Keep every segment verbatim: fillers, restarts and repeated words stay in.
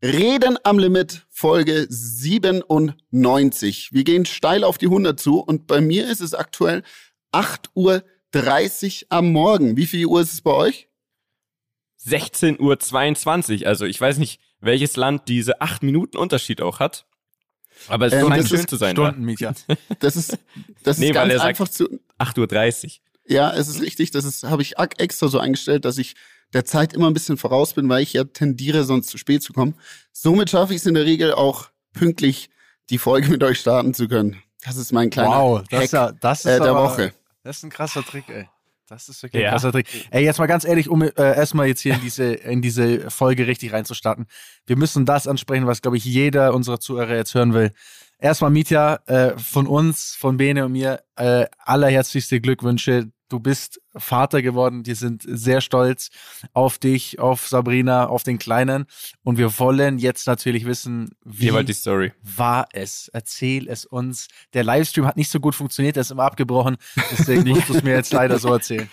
Reden am Limit, Folge siebenundneunzig. Wir gehen steil auf die hundert zu und bei mir ist es aktuell acht Uhr dreißig am Morgen. Wie viel Uhr ist es bei euch? sechzehn Uhr zweiundzwanzig. Also ich weiß nicht, welches Land diese acht Minuten Unterschied auch hat. Aber es ähm, scheint schön zu sein. Stundenmieter. Das ist, das nee, ist ganz weil er einfach sagt zu... acht Uhr dreißig. Ja, es ist richtig. Das ist, habe ich extra so eingestellt, dass ich der Zeit immer ein bisschen voraus bin, weil ich ja tendiere, sonst zu spät zu kommen. Somit schaffe ich es in der Regel auch pünktlich, die Folge mit euch starten zu können. Das ist mein kleiner wow, das Hack ist ja, das ist äh, der aber, Woche. Das ist ein krasser Trick, ey. Das ist wirklich ja. ein krasser Trick. Ey, jetzt mal ganz ehrlich, um äh, erstmal jetzt hier in diese, in diese Folge richtig reinzustarten. Wir müssen das ansprechen, was, glaube ich, jeder unserer Zuhörer jetzt hören will. Erstmal, Mitja, äh, von uns, von Bene und mir, äh, allerherzlichste Glückwünsche. Du bist Vater geworden. Wir sind sehr stolz auf dich, auf Sabrina, auf den Kleinen. Und wir wollen jetzt natürlich wissen, wie Hier war die Story. war es? Erzähl es uns. Der Livestream hat nicht so gut funktioniert, der ist immer abgebrochen. Deswegen musst du es mir jetzt leider so erzählen.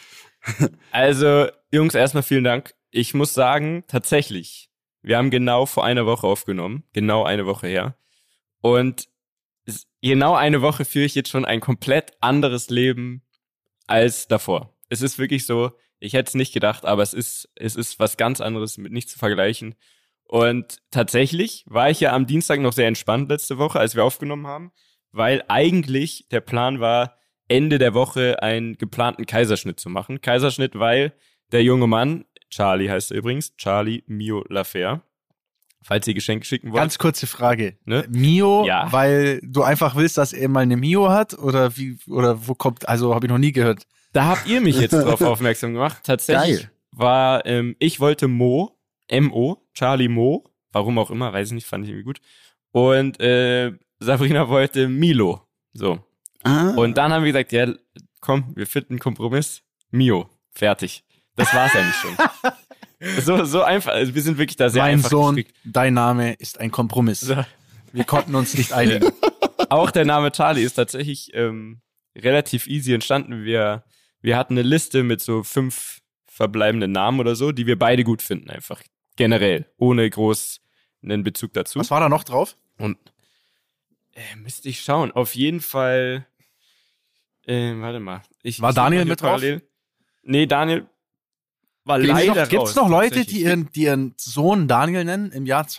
Also, Jungs, erstmal vielen Dank. Ich muss sagen, tatsächlich, wir haben genau vor einer Woche aufgenommen. Genau eine Woche her. Und genau eine Woche führe ich jetzt schon ein komplett anderes Leben als davor. Es ist wirklich so, ich hätte es nicht gedacht, aber es ist, es ist was ganz anderes, mit nichts zu vergleichen. Und tatsächlich war ich ja am Dienstag noch sehr entspannt letzte Woche, als wir aufgenommen haben, weil eigentlich der Plan war, Ende der Woche einen geplanten Kaiserschnitt zu machen. Kaiserschnitt, weil der junge Mann, Charlie heißt er übrigens, Charlie Mio Lafer, falls ihr Geschenke schicken wollt. Ganz kurze Frage. Ne? Mio, ja. weil du einfach willst, dass er mal eine Mio hat? Oder wie, oder wo kommt, also habe ich noch nie gehört. Da habt ihr mich jetzt drauf aufmerksam gemacht. Tatsächlich Geil. war, ähm, ich wollte Mo, M O, Charlie Mo, warum auch immer, weiß ich nicht, fand ich irgendwie gut. Und äh, Sabrina wollte Milo. So. Ah. Und dann haben wir gesagt, ja, komm, wir finden einen Kompromiss. Mio. Fertig. Das war's eigentlich schon. So, so einfach, also wir sind wirklich da sehr mein einfach Sohn, gestrickt. dein Name ist ein Kompromiss. So. Wir konnten uns nicht einigen. Auch der Name Charlie ist tatsächlich ähm, relativ easy entstanden. Wir, wir hatten eine Liste mit so fünf verbleibenden Namen oder so, die wir beide gut finden, einfach generell, ohne groß einen Bezug dazu. Was war da noch drauf? Und äh, müsste ich schauen. Auf jeden Fall, äh, warte mal. Ich, War ich Daniel hier mit drauf? parallel. Nee, Daniel war Gibt's leider noch, raus. gibt's noch Leute, die tatsächlich. ihren, die ihren Sohn Daniel nennen im Jahr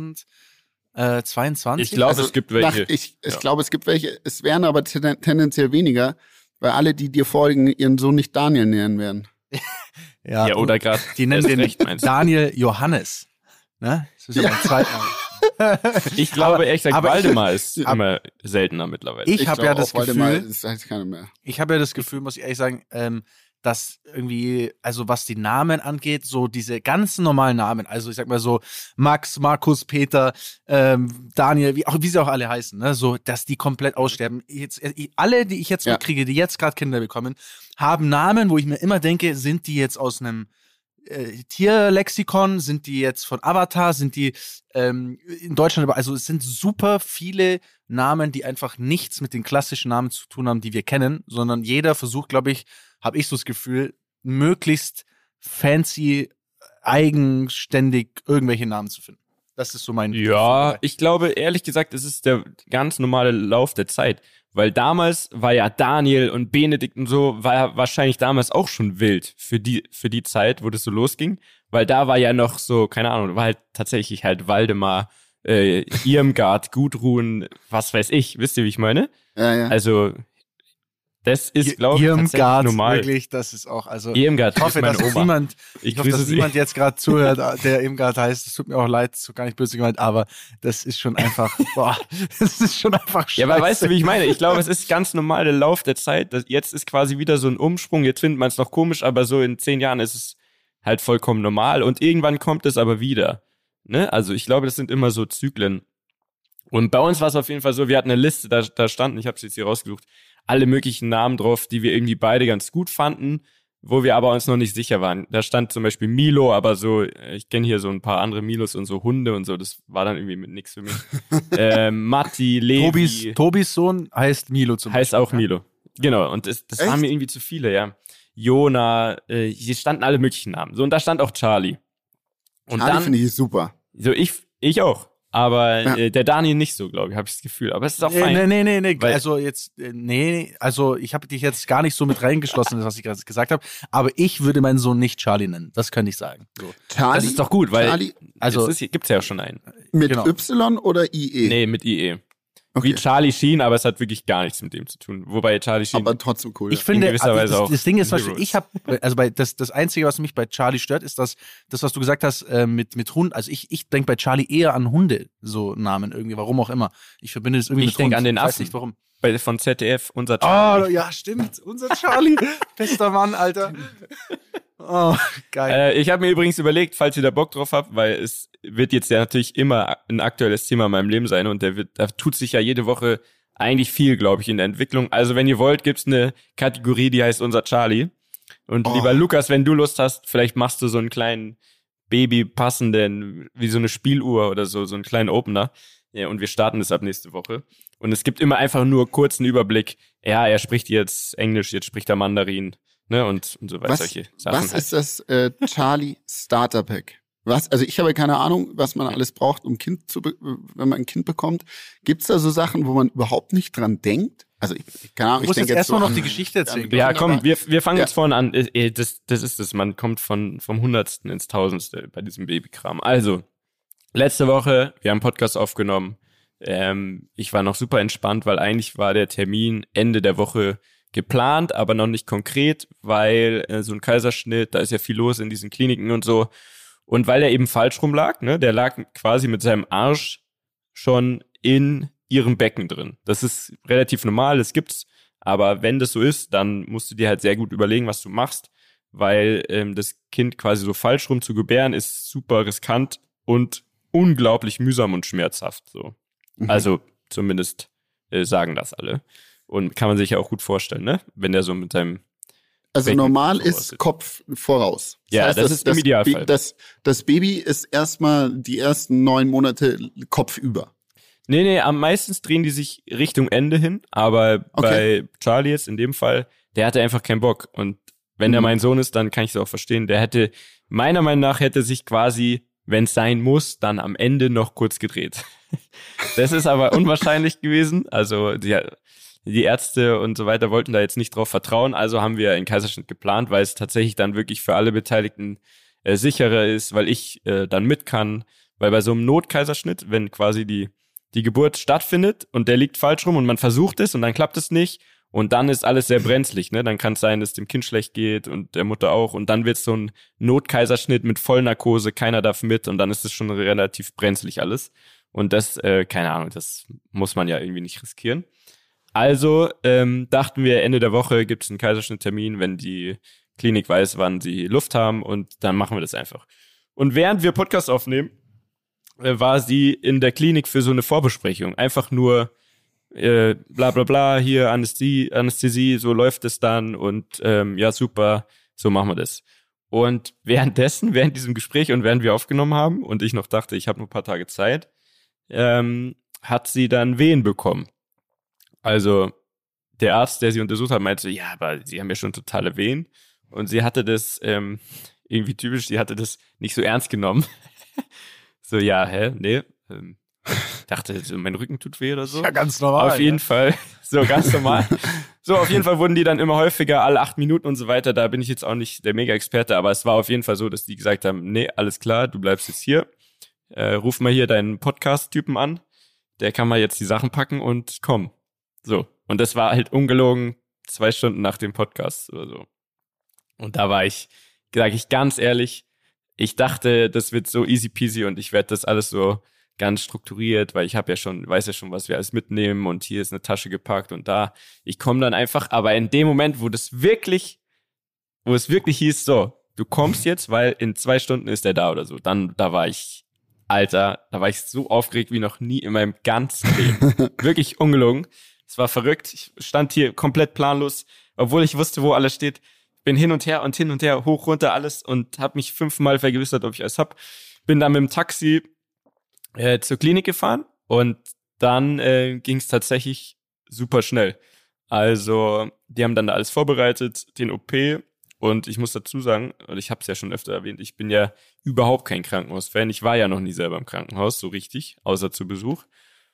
zweitausendzweiundzwanzig? Ich glaube, Also, es gibt welche. Nach, ich ich Ja. glaube, es gibt welche. Es wären aber ten, tendenziell weniger, weil alle, die dir folgen, ihren Sohn nicht Daniel nennen werden. Ja, Ja, oder gerade die nennen den recht, meinst du? Daniel Johannes. Ne? Das ist ja mein Zweitname. Ich glaube, Aber- ehrlich gesagt, aber ich- Waldemar ist aber- immer seltener mittlerweile. Ich habe ja glaube das auch, Waldemar Gefühl, ist halt keiner mehr. ich habe ja das Gefühl, muss ich ehrlich sagen, ähm, dass irgendwie, also was die Namen angeht, so diese ganzen normalen Namen, also ich sag mal so Max, Markus, Peter, ähm, Daniel, wie auch wie sie auch alle heißen, ne, so, dass die komplett aussterben. Jetzt äh, alle, die ich jetzt Ja. mitkriege, die jetzt gerade Kinder bekommen, haben Namen, wo ich mir immer denke, sind die jetzt aus einem äh, Tierlexikon, sind die jetzt von Avatar, sind die ähm, in Deutschland, aber also es sind super viele Namen, die einfach nichts mit den klassischen Namen zu tun haben, die wir kennen, sondern jeder versucht, glaube ich, habe ich so das Gefühl, möglichst fancy, eigenständig irgendwelche Namen zu finden. Das ist so mein Ja, Gefühl. ich glaube, ehrlich gesagt, es ist der ganz normale Lauf der Zeit. Weil damals war ja Daniel und Benedikt und so, war ja wahrscheinlich damals auch schon wild für die, für die Zeit, wo das so losging. Weil da war ja noch so, keine Ahnung, war halt tatsächlich halt Waldemar, äh, Irmgard, Gudrun, was weiß ich. Wisst ihr, wie ich meine? Ja, ja. Also, das ist, glaube ich, tatsächlich Irmgard, normal. wirklich, das ist auch, also Irmgard, ich hoffe, das ist dass meine es Oma. niemand, Ich ich hoffe, grüße dass sie. niemand jetzt gerade zuhört, der Irmgard heißt. Es tut mir auch leid, so gar nicht böse gemeint, aber das ist schon einfach, boah, das ist schon einfach scheiße. Ja, aber weißt du, wie ich meine? Ich glaube, es ist ganz normal der Lauf der Zeit. Das, jetzt ist quasi wieder so ein Umsprung. Jetzt findet man es noch komisch, aber so in zehn Jahren ist es halt vollkommen normal. Und irgendwann kommt es aber wieder. Ne? Also ich glaube, das sind immer so Zyklen. Und bei uns war es auf jeden Fall so, wir hatten eine Liste, da, da standen, ich habe es jetzt hier rausgesucht, alle möglichen Namen drauf, die wir irgendwie beide ganz gut fanden, wo wir aber uns noch nicht sicher waren. Da stand zum Beispiel Milo, aber so, ich kenne hier so ein paar andere Milos und so Hunde und so, das war dann irgendwie mit nix für mich. ähm, Matti, Levi. Tobis, Tobis Sohn heißt Milo zum Heißt Beispiel. auch Milo. Genau, und das, das Echt? waren mir irgendwie zu viele, ja. Jona, äh, hier standen alle möglichen Namen. So, und da stand auch Charlie. Und Charlie dann, finde ich super. so ich, Ich auch. Aber Ja. äh, der Daniel nicht so, glaube ich, habe ich das Gefühl. Aber es ist auch fein. Nee, nee, nee, nee. Weil- Also jetzt, äh, nee, also ich habe dich jetzt gar nicht so mit reingeschlossen, was ich gerade gesagt habe. Aber ich würde meinen Sohn nicht Charlie nennen. Das könnte ich sagen. So. Charlie, Das ist doch gut, weil Charlie Also- es ist, gibt's ja schon einen. mit genau. Y oder I E? Nee, mit I E. Okay. Wie Charlie Sheen, aber es hat wirklich gar nichts mit dem zu tun. Wobei Charlie Sheen, Aber trotzdem cool. Ich ja. finde, gewisser also Weise das, auch das Ding ist, zum Beispiel, Heroes. ich habe, also bei das, das Einzige, was mich bei Charlie stört, ist das, das was du gesagt hast äh, mit mit Hund. Also ich, ich denke bei Charlie eher an Hunde, so Namen irgendwie, warum auch immer. Ich verbinde das irgendwie Ich mit denk Hund. an den Ich weiß Affen. nicht warum. bei, von Z D F, unser Oh, Charlie. ja, stimmt. Unser Charlie. Bester Mann, Alter. Oh, geil. Äh, ich habe mir übrigens überlegt, falls ihr da Bock drauf habt, weil es wird jetzt ja natürlich immer ein aktuelles Thema in meinem Leben sein und der wird, da tut sich ja jede Woche eigentlich viel, glaube ich, in der Entwicklung. Also wenn ihr wollt, gibt's eine Kategorie, die heißt unser Charlie. Und Oh. lieber Lukas, wenn du Lust hast, vielleicht machst du so einen kleinen Baby-passenden, wie so eine Spieluhr oder so, so einen kleinen Opener. Ja, und wir starten das ab nächste Woche. Und es gibt immer einfach nur kurzen Überblick. Ja, er spricht jetzt Englisch, jetzt spricht er Mandarin, ne, und, und so weiter, Was, solche Sachen. was halt. ist das äh, Charlie Starter Pack? Was? Also ich habe keine Ahnung, was man alles braucht, um Kind zu, be- wenn man ein Kind bekommt. Gibt's da so Sachen, wo man überhaupt nicht dran denkt? Also ich, keine Ahnung, Du musst ich jetzt denke erstmal so noch an- die Geschichte erzählen. an- Ja, komm, wir, wir fangen Ja. jetzt vorne an. Äh, äh, Das, das ist es. Man kommt von, vom Hundertsten ins Tausendste bei diesem Babykram. Also, letzte Woche, wir haben einen Podcast aufgenommen. Ähm, ich war noch super entspannt, weil eigentlich war der Termin Ende der Woche geplant, aber noch nicht konkret, weil äh, so ein Kaiserschnitt, da ist ja viel los in diesen Kliniken und so. Und weil er eben falsch rum lag, ne, der lag quasi mit seinem Arsch schon in ihrem Becken drin. Das ist relativ normal, das gibt's. Aber wenn das so ist, dann musst du dir halt sehr gut überlegen, was du machst, weil ähm, das Kind quasi so falsch rum zu gebären ist super riskant und unglaublich mühsam und schmerzhaft. So, Mhm. also zumindest äh, sagen das alle und kann man sich ja auch gut vorstellen, ne? Wenn der so mit seinem Also Becken normal voraus ist ist. Kopf voraus. Ja, das ist im Idealfall. Ba- Das, das Baby ist erstmal die ersten neun Monate Kopf über. Nee, nee, am meisten drehen die sich Richtung Ende hin, aber Okay. bei Charlie jetzt in dem Fall, der hatte einfach keinen Bock. Und wenn der Mhm. mein Sohn ist, dann kann ich es auch verstehen. Der hätte, meiner Meinung nach, hätte sich quasi, wenn es sein muss, dann am Ende noch kurz gedreht. Das ist aber unwahrscheinlich gewesen. Also die, die Ärzte und so weiter wollten da jetzt nicht drauf vertrauen. Also haben wir einen Kaiserschnitt geplant, weil es tatsächlich dann wirklich für alle Beteiligten äh, sicherer ist, weil ich äh, dann mit kann. Weil bei so einem Notkaiserschnitt, wenn quasi die die Geburt stattfindet und der liegt falsch rum und man versucht es und dann klappt es nicht und dann ist alles sehr brenzlig, ne? Dann kann es sein, dass dem Kind schlecht geht und der Mutter auch und dann wird so ein Notkaiserschnitt mit Vollnarkose, keiner darf mit und dann ist es schon relativ brenzlig alles und das, äh, keine Ahnung, das muss man ja irgendwie nicht riskieren. Also ähm, dachten wir, Ende der Woche gibt es einen Kaiserschnitttermin, wenn die Klinik weiß, wann sie Luft haben und dann machen wir das einfach. Und während wir Podcast aufnehmen, war sie in der Klinik für so eine Vorbesprechung. Einfach nur äh, bla bla bla, hier Anästhesie, Anästhesie, so läuft es dann und ähm, ja super, so machen wir das. Und währenddessen, während diesem Gespräch und während wir aufgenommen haben und ich noch dachte, ich habe nur ein paar Tage Zeit, ähm, hat sie dann Wehen bekommen. Also der Arzt, der sie untersucht hat, meinte, ja, aber sie haben ja schon totale Wehen. Und sie hatte das, ähm, irgendwie typisch, sie hatte das nicht so ernst genommen. So, ja, hä, nee. Ähm, dachte, so, mein Rücken tut weh oder so. Ja, ganz normal. Auf jeden ja. Fall, so ganz normal. So, auf jeden Fall wurden die dann immer häufiger, alle acht Minuten und so weiter. Da bin ich jetzt auch nicht der Mega-Experte, aber es war auf jeden Fall so, dass die gesagt haben, nee, alles klar, du bleibst jetzt hier. Äh, ruf mal hier deinen Podcast-Typen an. Der kann mal jetzt die Sachen packen und komm. So. Und das war halt ungelogen zwei Stunden nach dem Podcast oder so. Und da war ich, sage ich ganz ehrlich, ich dachte, das wird so easy peasy und ich werde das alles so ganz strukturiert, weil ich habe ja schon, weiß ja schon, was wir alles mitnehmen und hier ist eine Tasche gepackt und da. Ich komme dann einfach, aber in dem Moment, wo das wirklich, wo es wirklich hieß, so, du kommst jetzt, weil in zwei Stunden ist der da oder so, dann, da war ich, Alter, da war ich so aufgeregt wie noch nie in meinem ganzen Leben. Wirklich ungelogen. Es war verrückt. Ich stand hier komplett planlos, obwohl ich wusste, wo alles steht. Bin hin und her und hin und her, hoch, runter, alles und habe mich fünfmal vergewissert, ob ich alles hab. Bin dann mit dem Taxi äh, zur Klinik gefahren und dann äh, ging es tatsächlich super schnell. Also die haben dann da alles vorbereitet, den O P Und ich muss dazu sagen, und ich habe es ja schon öfter erwähnt, ich bin ja überhaupt kein Krankenhausfan. Ich war ja noch nie selber im Krankenhaus, so richtig, außer zu Besuch.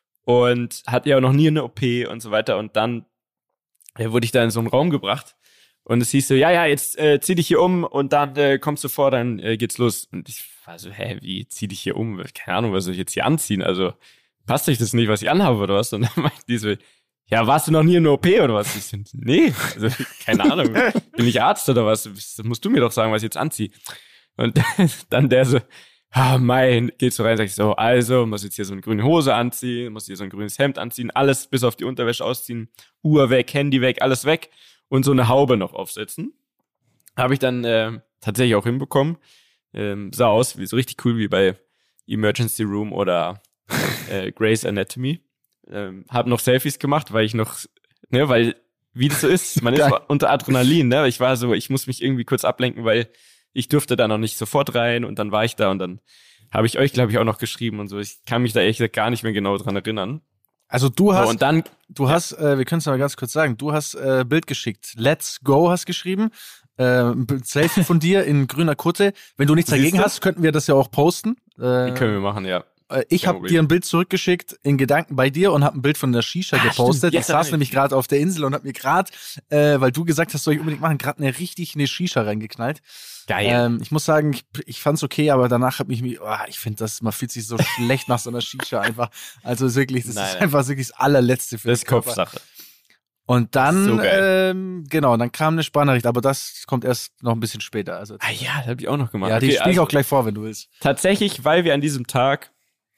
Und hatte ja auch noch nie eine O P und so weiter. Und dann ja, wurde ich da in so einen Raum gebracht. Und es hieß so, ja, ja, jetzt äh, zieh dich hier um und dann äh, kommst du vor, dann äh, geht's los. Und ich war so, hä, wie zieh dich hier um? Keine Ahnung, was soll ich jetzt hier anziehen? Also passt euch das nicht, was ich anhabe oder was? Und dann meinte die so, ja, warst du noch nie in der O P oder was? Ich so, nee, also keine Ahnung, bin ich Arzt oder was? Das musst du mir doch sagen, was ich jetzt anziehe. Und dann der so, ah, mein, geht so rein, sag ich so, also, muss jetzt hier so eine grüne Hose anziehen, muss hier so ein grünes Hemd anziehen, alles bis auf die Unterwäsche ausziehen, Uhr weg, Handy weg, alles weg und so eine Haube noch aufsetzen. Habe ich dann äh, tatsächlich auch hinbekommen. Ähm, sah aus wie so richtig cool wie bei Emergency Room oder äh, Grey's Anatomy. Ähm, hab noch Selfies gemacht, weil ich noch, ne, weil, wie das so ist, man ist unter Adrenalin, ne, ich war so, ich muss mich irgendwie kurz ablenken, weil ich durfte da noch nicht sofort rein und dann war ich da und dann habe ich euch, glaube ich, auch noch geschrieben und so. Ich kann mich da ehrlich gesagt gar nicht mehr genau dran erinnern. Also du hast, so, und dann, du hast, äh, wir können es mal ganz kurz sagen, du hast äh, Bild geschickt. Let's go hast geschrieben. Äh, ein Selfie von dir in grüner Kutte. Wenn du nichts Siehst dagegen du? hast, könnten wir das ja auch posten. Äh, können wir machen, ja. Äh, Ich Kein habe Problem. dir ein Bild zurückgeschickt in Gedanken bei dir und habe ein Bild von der Shisha Ah, gepostet. stimmt. Ich Jetzt saß erinnere nämlich ich gerade auf der Insel und habe mir gerade, äh, weil du gesagt hast, soll ich unbedingt machen, gerade eine richtig eine Shisha reingeknallt. Geil. Ähm, ich muss sagen, ich, ich fand's okay, aber danach habe ich mich, oh, ich finde das, man fühlt sich so schlecht nach so einer Shisha einfach. Also ist wirklich, das Nein, ist nein. einfach wirklich das allerletzte für Das den ist Körper. Kopfsache. Und dann, So geil. ähm, genau, dann kam eine Sprachnachricht, aber das kommt erst noch ein bisschen später. Also, Ah ja, das habe ich auch noch gemacht. ja, die Okay, spiele ich also, auch gleich vor, wenn du willst. Tatsächlich, weil wir an diesem Tag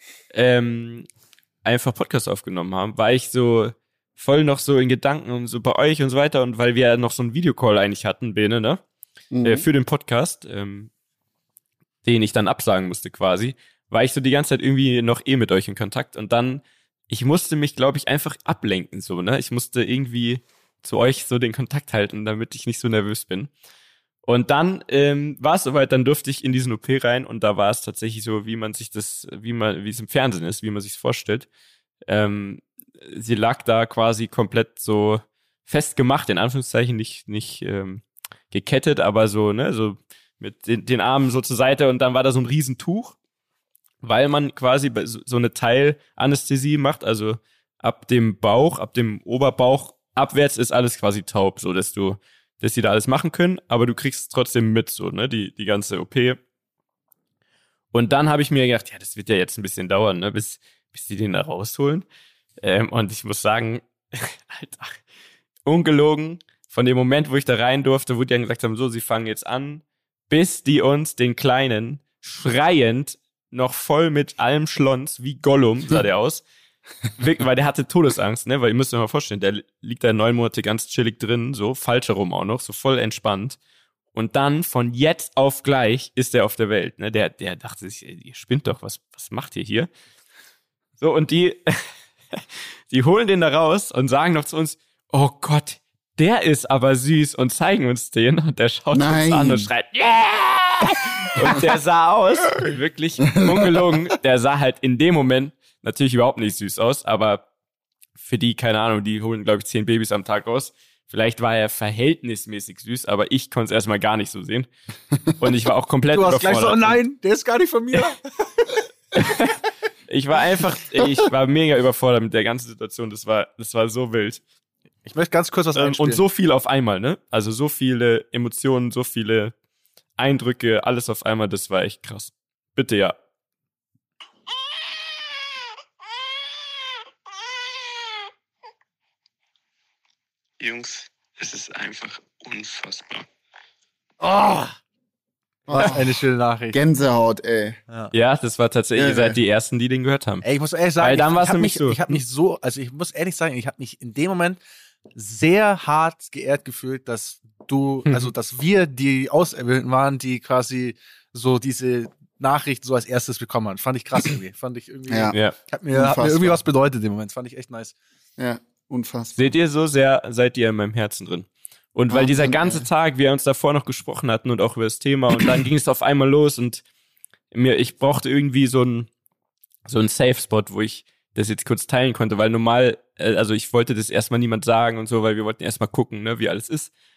ähm, einfach Podcast aufgenommen haben, war ich so voll noch so in Gedanken und so bei euch und so weiter und weil wir ja noch so einen Videocall eigentlich hatten, Bene, ne? Mhm. Äh, für den Podcast, ähm, den ich dann absagen musste quasi, war ich so die ganze Zeit irgendwie noch eh mit euch in Kontakt und dann, ich musste mich, glaube ich, einfach ablenken so, ne? Ich musste irgendwie zu euch so den Kontakt halten, damit ich nicht so nervös bin. Und dann ähm, war es soweit, dann durfte ich in diesen O P rein und da war es tatsächlich so, wie man sich das, wie man, wie es im Fernsehen ist, wie man sich es vorstellt. Ähm, sie lag da quasi komplett so festgemacht, in Anführungszeichen, nicht, nicht ähm, gekettet, aber so, ne, so mit den, den Armen so zur Seite und dann war da so ein Riesentuch, weil man quasi so so eine Teilanästhesie macht, also ab dem Bauch, ab dem Oberbauch abwärts ist alles quasi taub, so dass du, dass die da alles machen können, aber du kriegst es trotzdem mit, so, ne, die, die ganze O P. Und dann habe ich mir gedacht, ja, das wird ja jetzt ein bisschen dauern, ne, bis, bis die den da rausholen. Ähm, und ich muss sagen, Alter, ungelogen, von dem Moment, wo ich da rein durfte, wo die dann gesagt haben, so, sie fangen jetzt an, bis die uns den Kleinen schreiend, noch voll mit allem Schlons, wie Gollum sah der aus, wirklich, weil der hatte Todesangst, ne, weil ihr müsst euch mal vorstellen, der liegt da neun Monate ganz chillig drin, so, falsch herum auch noch, so voll entspannt. Und dann von jetzt auf gleich ist der auf der Welt, ne, der, der dachte sich, ey, ihr spinnt doch, was, was macht ihr hier? So, und die, die holen den da raus und sagen noch zu uns, oh Gott, der ist aber süß und zeigen uns den und der schaut Nein. uns an und schreit, yeah! Und der sah aus, wirklich ungelogen, der sah halt in dem Moment natürlich überhaupt nicht süß aus, aber für die, keine Ahnung, die holen, glaube ich, zehn Babys am Tag raus. Vielleicht war er verhältnismäßig süß, aber ich konnte es erstmal gar nicht so sehen. Und ich war auch komplett Du hast gleich so, oh überfordert. nein, der ist gar nicht von mir. Ich war einfach, ich war mega überfordert mit der ganzen Situation. Das war, das war so wild. Ich möchte ganz kurz was Ähm, einspielen. und so viel auf einmal, ne? Also so viele Emotionen, so viele Eindrücke, alles auf einmal, das war echt krass. Bitte, ja. Jungs, es ist einfach unfassbar. Oh, was Oh, eine schöne Nachricht. Gänsehaut, ey. Ja. Ja, das war tatsächlich, ihr Irre. seid die Ersten, die den gehört haben. Ey, ich muss ehrlich sagen, Weil dann ich, war's ich habe nämlich mich, so. ich habe mich so, also ich muss ehrlich sagen, ich habe mich in dem Moment sehr hart geehrt gefühlt, dass du, Mhm. also dass wir die Auserwählten waren, die quasi so diese Nachricht so als erstes bekommen haben. Fand ich krass irgendwie. Fand ich irgendwie, Ja. Ja. hat, mir, hat mir Unfassbar. irgendwie was bedeutet im Moment. Fand ich echt nice. Ja, unfassbar. Seht ihr, so sehr seid ihr in meinem Herzen drin. Und weil Wahnsinn, dieser ganze ey. Tag, wir uns davor noch gesprochen hatten und auch über das Thema und dann ging es auf einmal los und mir, ich brauchte irgendwie so einen so einen Safe-Spot, wo ich das jetzt kurz teilen konnte, weil normal, äh, also ich wollte das erstmal niemand sagen und so, weil wir wollten erstmal gucken, ne, wie alles ist.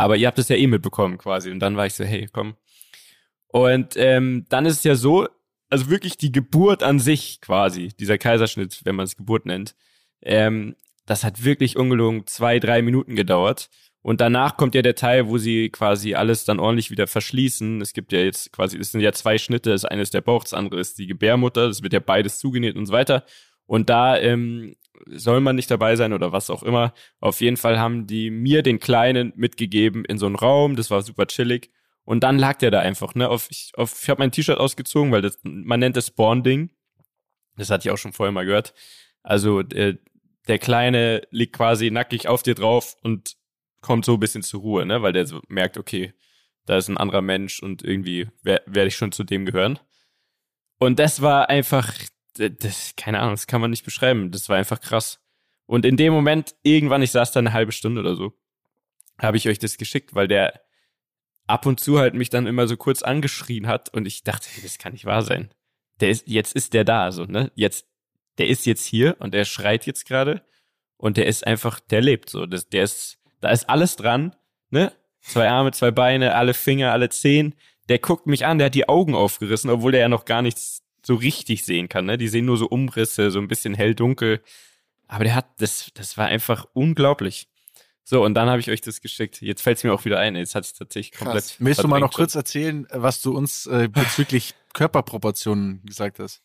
Aber ihr habt es ja eh mitbekommen quasi. Und dann war ich so, hey, komm. Und ähm, dann ist es ja so, also wirklich die Geburt an sich quasi, dieser Kaiserschnitt, wenn man es Geburt nennt, ähm, das hat wirklich ungelogen zwei, drei Minuten gedauert. Und danach kommt ja der Teil, wo sie quasi alles dann ordentlich wieder verschließen. Es gibt ja jetzt quasi, es sind ja zwei Schnitte, das eine ist der Bauch, das andere ist die Gebärmutter, das wird ja beides zugenäht und so weiter. Und da ähm, soll man nicht dabei sein oder was auch immer. Auf jeden Fall haben die mir den Kleinen mitgegeben in so einen Raum, das war super chillig. Und dann lag der da einfach, ne? Auf, ich auf, ich habe mein T-Shirt ausgezogen, weil das, man nennt das Spawn-Ding. Das hatte ich auch schon vorher mal gehört. Also der, der Kleine liegt quasi nackig auf dir drauf und kommt so ein bisschen zur Ruhe, ne? Weil der so merkt, okay, da ist ein anderer Mensch und irgendwie wer, werde ich schon zu dem gehören. Und das war einfach, das, keine Ahnung, das kann man nicht beschreiben. Das war einfach krass. Und in dem Moment, irgendwann, ich saß da eine halbe Stunde oder so, habe ich euch das geschickt, weil der ab und zu halt mich dann immer so kurz angeschrien hat und ich dachte, hey, das kann nicht wahr sein. Der ist, jetzt ist der da, so, ne? Jetzt, der ist jetzt hier und der schreit jetzt gerade und der ist einfach, der lebt so. Das, der ist, da ist alles dran, ne? Zwei Arme, zwei Beine, alle Finger, alle Zehen. Der guckt mich an, der hat die Augen aufgerissen, obwohl der ja noch gar nichts so richtig sehen kann, ne? Die sehen nur so Umrisse, so ein bisschen hell-dunkel. Aber der hat, das, das war einfach unglaublich. So, und dann habe ich euch das geschickt. Jetzt fällt es mir auch wieder ein. Jetzt hat es tatsächlich komplett Krass. Willst du mal noch schon. kurz erzählen, was du uns äh, bezüglich Körperproportionen gesagt hast?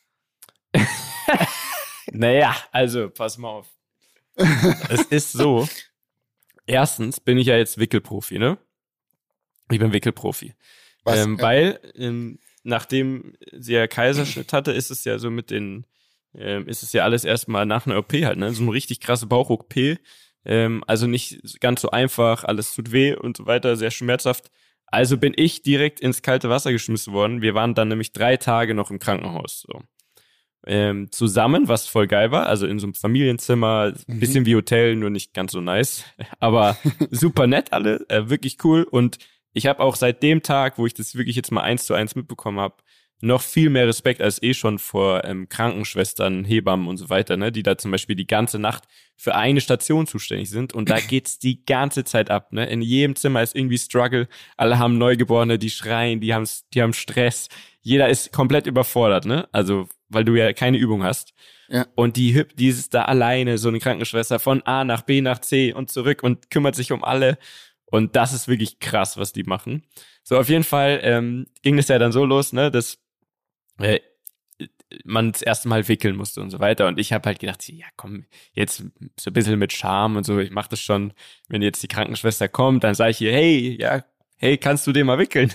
Naja, also, pass mal auf. Es ist so, erstens bin ich ja jetzt Wickelprofi, ne? Ich bin Wickelprofi. Was? Ähm, Ja. Weil, ähm, nachdem sie ja Kaiserschnitt hatte, ist es ja so mit den, ähm, ist es ja alles erstmal nach einer O P halt, ne? So eine richtig krasse Bauch-O P. Ähm, also nicht ganz so einfach, alles tut weh und so weiter, sehr schmerzhaft. Also bin ich direkt ins kalte Wasser geschmissen worden. Wir waren dann nämlich drei Tage noch im Krankenhaus, so. Ähm, zusammen, was voll geil war, also in so einem Familienzimmer, Mhm. bisschen wie Hotel, nur nicht ganz so nice, aber super nett alle, äh, wirklich cool. Und ich habe auch seit dem Tag, wo ich das wirklich jetzt mal eins zu eins mitbekommen habe, noch viel mehr Respekt als eh schon vor ähm, Krankenschwestern, Hebammen und so weiter, ne, die da zum Beispiel die ganze Nacht für eine Station zuständig sind und da geht's die ganze Zeit ab, ne, in jedem Zimmer ist irgendwie Struggle, alle haben Neugeborene, die schreien, die haben, die haben Stress, jeder ist komplett überfordert, ne, also weil du ja keine Übung hast. Ja. Und die, Hüb- die ist da alleine, so eine Krankenschwester, von A nach B nach C und zurück und kümmert sich um alle. Und das ist wirklich krass, was die machen. So, auf jeden Fall ähm, ging es ja dann so los, ne, dass äh, man das erste Mal wickeln musste und so weiter. Und ich habe halt gedacht, ja komm, jetzt so ein bisschen mit Charme und so, ich mach das schon, wenn jetzt die Krankenschwester kommt, dann sage ich ihr, hey, ja, hey, kannst du den mal wickeln?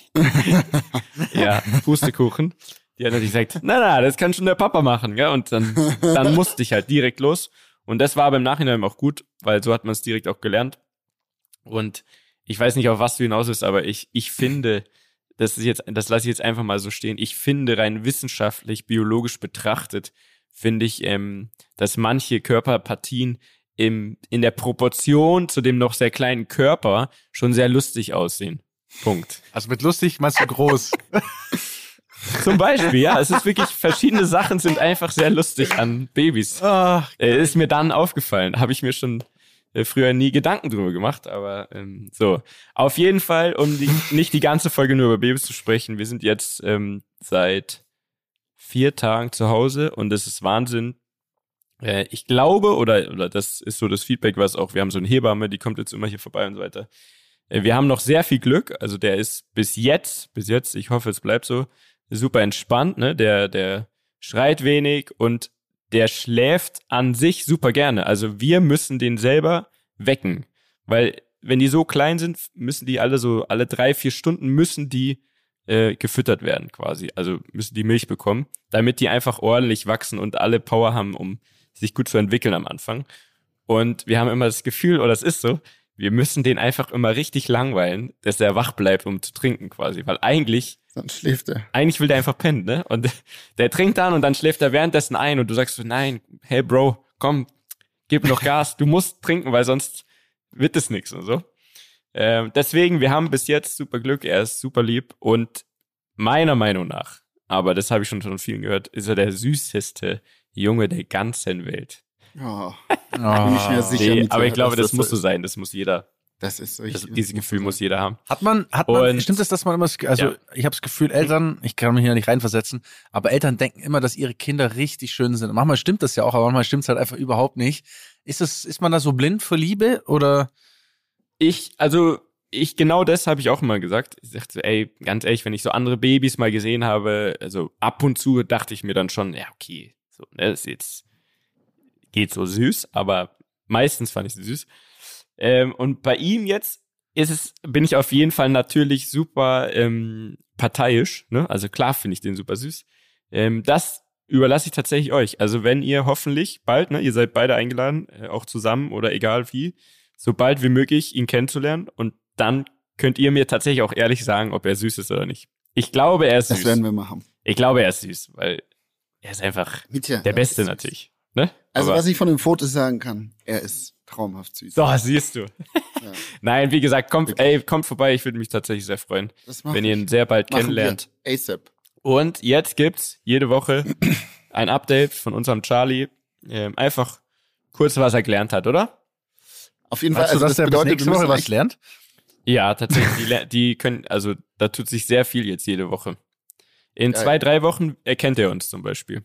Ja, Pustekuchen. Die hat natürlich gesagt, na, na, das kann schon der Papa machen, gell? Und dann, dann musste ich halt direkt los. Und das war aber im Nachhinein auch gut, weil so hat man es direkt auch gelernt. Und ich weiß nicht, auf was du hinaus bist, aber ich, ich finde, das ist jetzt, das lasse ich jetzt einfach mal so stehen. Ich finde, rein wissenschaftlich, biologisch betrachtet, finde ich, ähm, dass manche Körperpartien im, in der Proportion zu dem noch sehr kleinen Körper schon sehr lustig aussehen. Punkt. Also mit lustig meinst du groß? Zum Beispiel, ja, es ist wirklich, verschiedene Sachen sind einfach sehr lustig an Babys. Ach, Äh, ist mir dann aufgefallen, habe ich mir schon äh, früher nie Gedanken drüber gemacht, aber ähm, so. Auf jeden Fall, um die, nicht die ganze Folge nur über Babys zu sprechen, wir sind jetzt ähm, seit vier Tagen zu Hause und das ist Wahnsinn. Äh, ich glaube, oder, oder das ist so das Feedback, was auch, wir haben so eine Hebamme, die kommt jetzt immer hier vorbei und so weiter. Äh, wir haben noch sehr viel Glück, also der ist bis jetzt, bis jetzt, ich hoffe, es bleibt so, super entspannt, ne, der, der schreit wenig und der schläft an sich super gerne. Also wir müssen den selber wecken, weil wenn die so klein sind, müssen die alle so, alle drei, vier Stunden müssen die äh, gefüttert werden quasi, also müssen die Milch bekommen, damit die einfach ordentlich wachsen und alle Power haben, um sich gut zu entwickeln am Anfang. Und wir haben immer das Gefühl, oder es ist so, wir müssen den einfach immer richtig langweilen, dass er wach bleibt, um zu trinken quasi, weil eigentlich Dann schläft er. eigentlich will der einfach pennen, ne? Und der trinkt dann und dann schläft er währenddessen ein und du sagst so, nein, hey Bro, komm, gib noch Gas, du musst trinken, weil sonst wird es nichts und so. Ähm, deswegen, wir haben bis jetzt super Glück, er ist super lieb und meiner Meinung nach, aber das habe ich schon von vielen gehört, ist er der süßeste Junge der ganzen Welt. Oh, oh. bin ich mir sicher. Nee, Mieter, aber ich glaube, dass das muss so so sein, das muss jeder, Das ist so. Das, dieses Gefühl muss jeder haben. Hat man, hat man, Und- stimmt es, dass man immer, das- also Ja. ich habe das Gefühl, Eltern, ich kann mich hier nicht reinversetzen, aber Eltern denken immer, dass ihre Kinder richtig schön sind. Und manchmal stimmt das ja auch, aber manchmal stimmt es halt einfach überhaupt nicht. Ist es, ist man da so blind für Liebe oder? Ich, also, ich, genau das habe ich auch immer gesagt. Ich dachte, ey, ganz ehrlich, wenn ich so andere Babys mal gesehen habe, also ab und zu dachte ich mir dann schon, ja, okay, so, ne, das ist jetzt, geht so süß, aber meistens fand ich sie süß. Ähm, und bei ihm jetzt ist es, bin ich auf jeden Fall natürlich super ähm, parteiisch, ne? Also klar finde ich den super süß. Ähm, das überlasse ich tatsächlich euch. Also wenn ihr hoffentlich bald, ne, ihr seid beide eingeladen, äh, auch zusammen oder egal wie, so bald wie möglich ihn kennenzulernen und dann könnt ihr mir tatsächlich auch ehrlich sagen, ob er süß ist oder nicht. Ich glaube, er ist süß. Das werden wir machen. Ich glaube, er ist süß, weil er ist einfach Mietja, der ja, Beste ist süß. natürlich. Ne? Also Aber- was ich von den Fotos sagen kann, er ist traumhaft süß. So, siehst du. Ja. Nein, wie gesagt, kommt, Wirklich. ey, kommt vorbei. Ich würde mich tatsächlich sehr freuen, Das machen wenn ihr wir. ihn sehr bald Machen kennenlernt. wir. ASAP. Und jetzt gibt's jede Woche ein Update von unserem Charlie. Ähm, einfach kurz, was er gelernt hat, oder? Auf jeden Fall. Weißt du, Also dass das der bis bedeutet, nächste wir Woche müssen was echt- lernt? Ja, tatsächlich. Die, ler- die können, also da tut sich sehr viel jetzt jede Woche. In Geil. zwei, drei Wochen erkennt er uns zum Beispiel.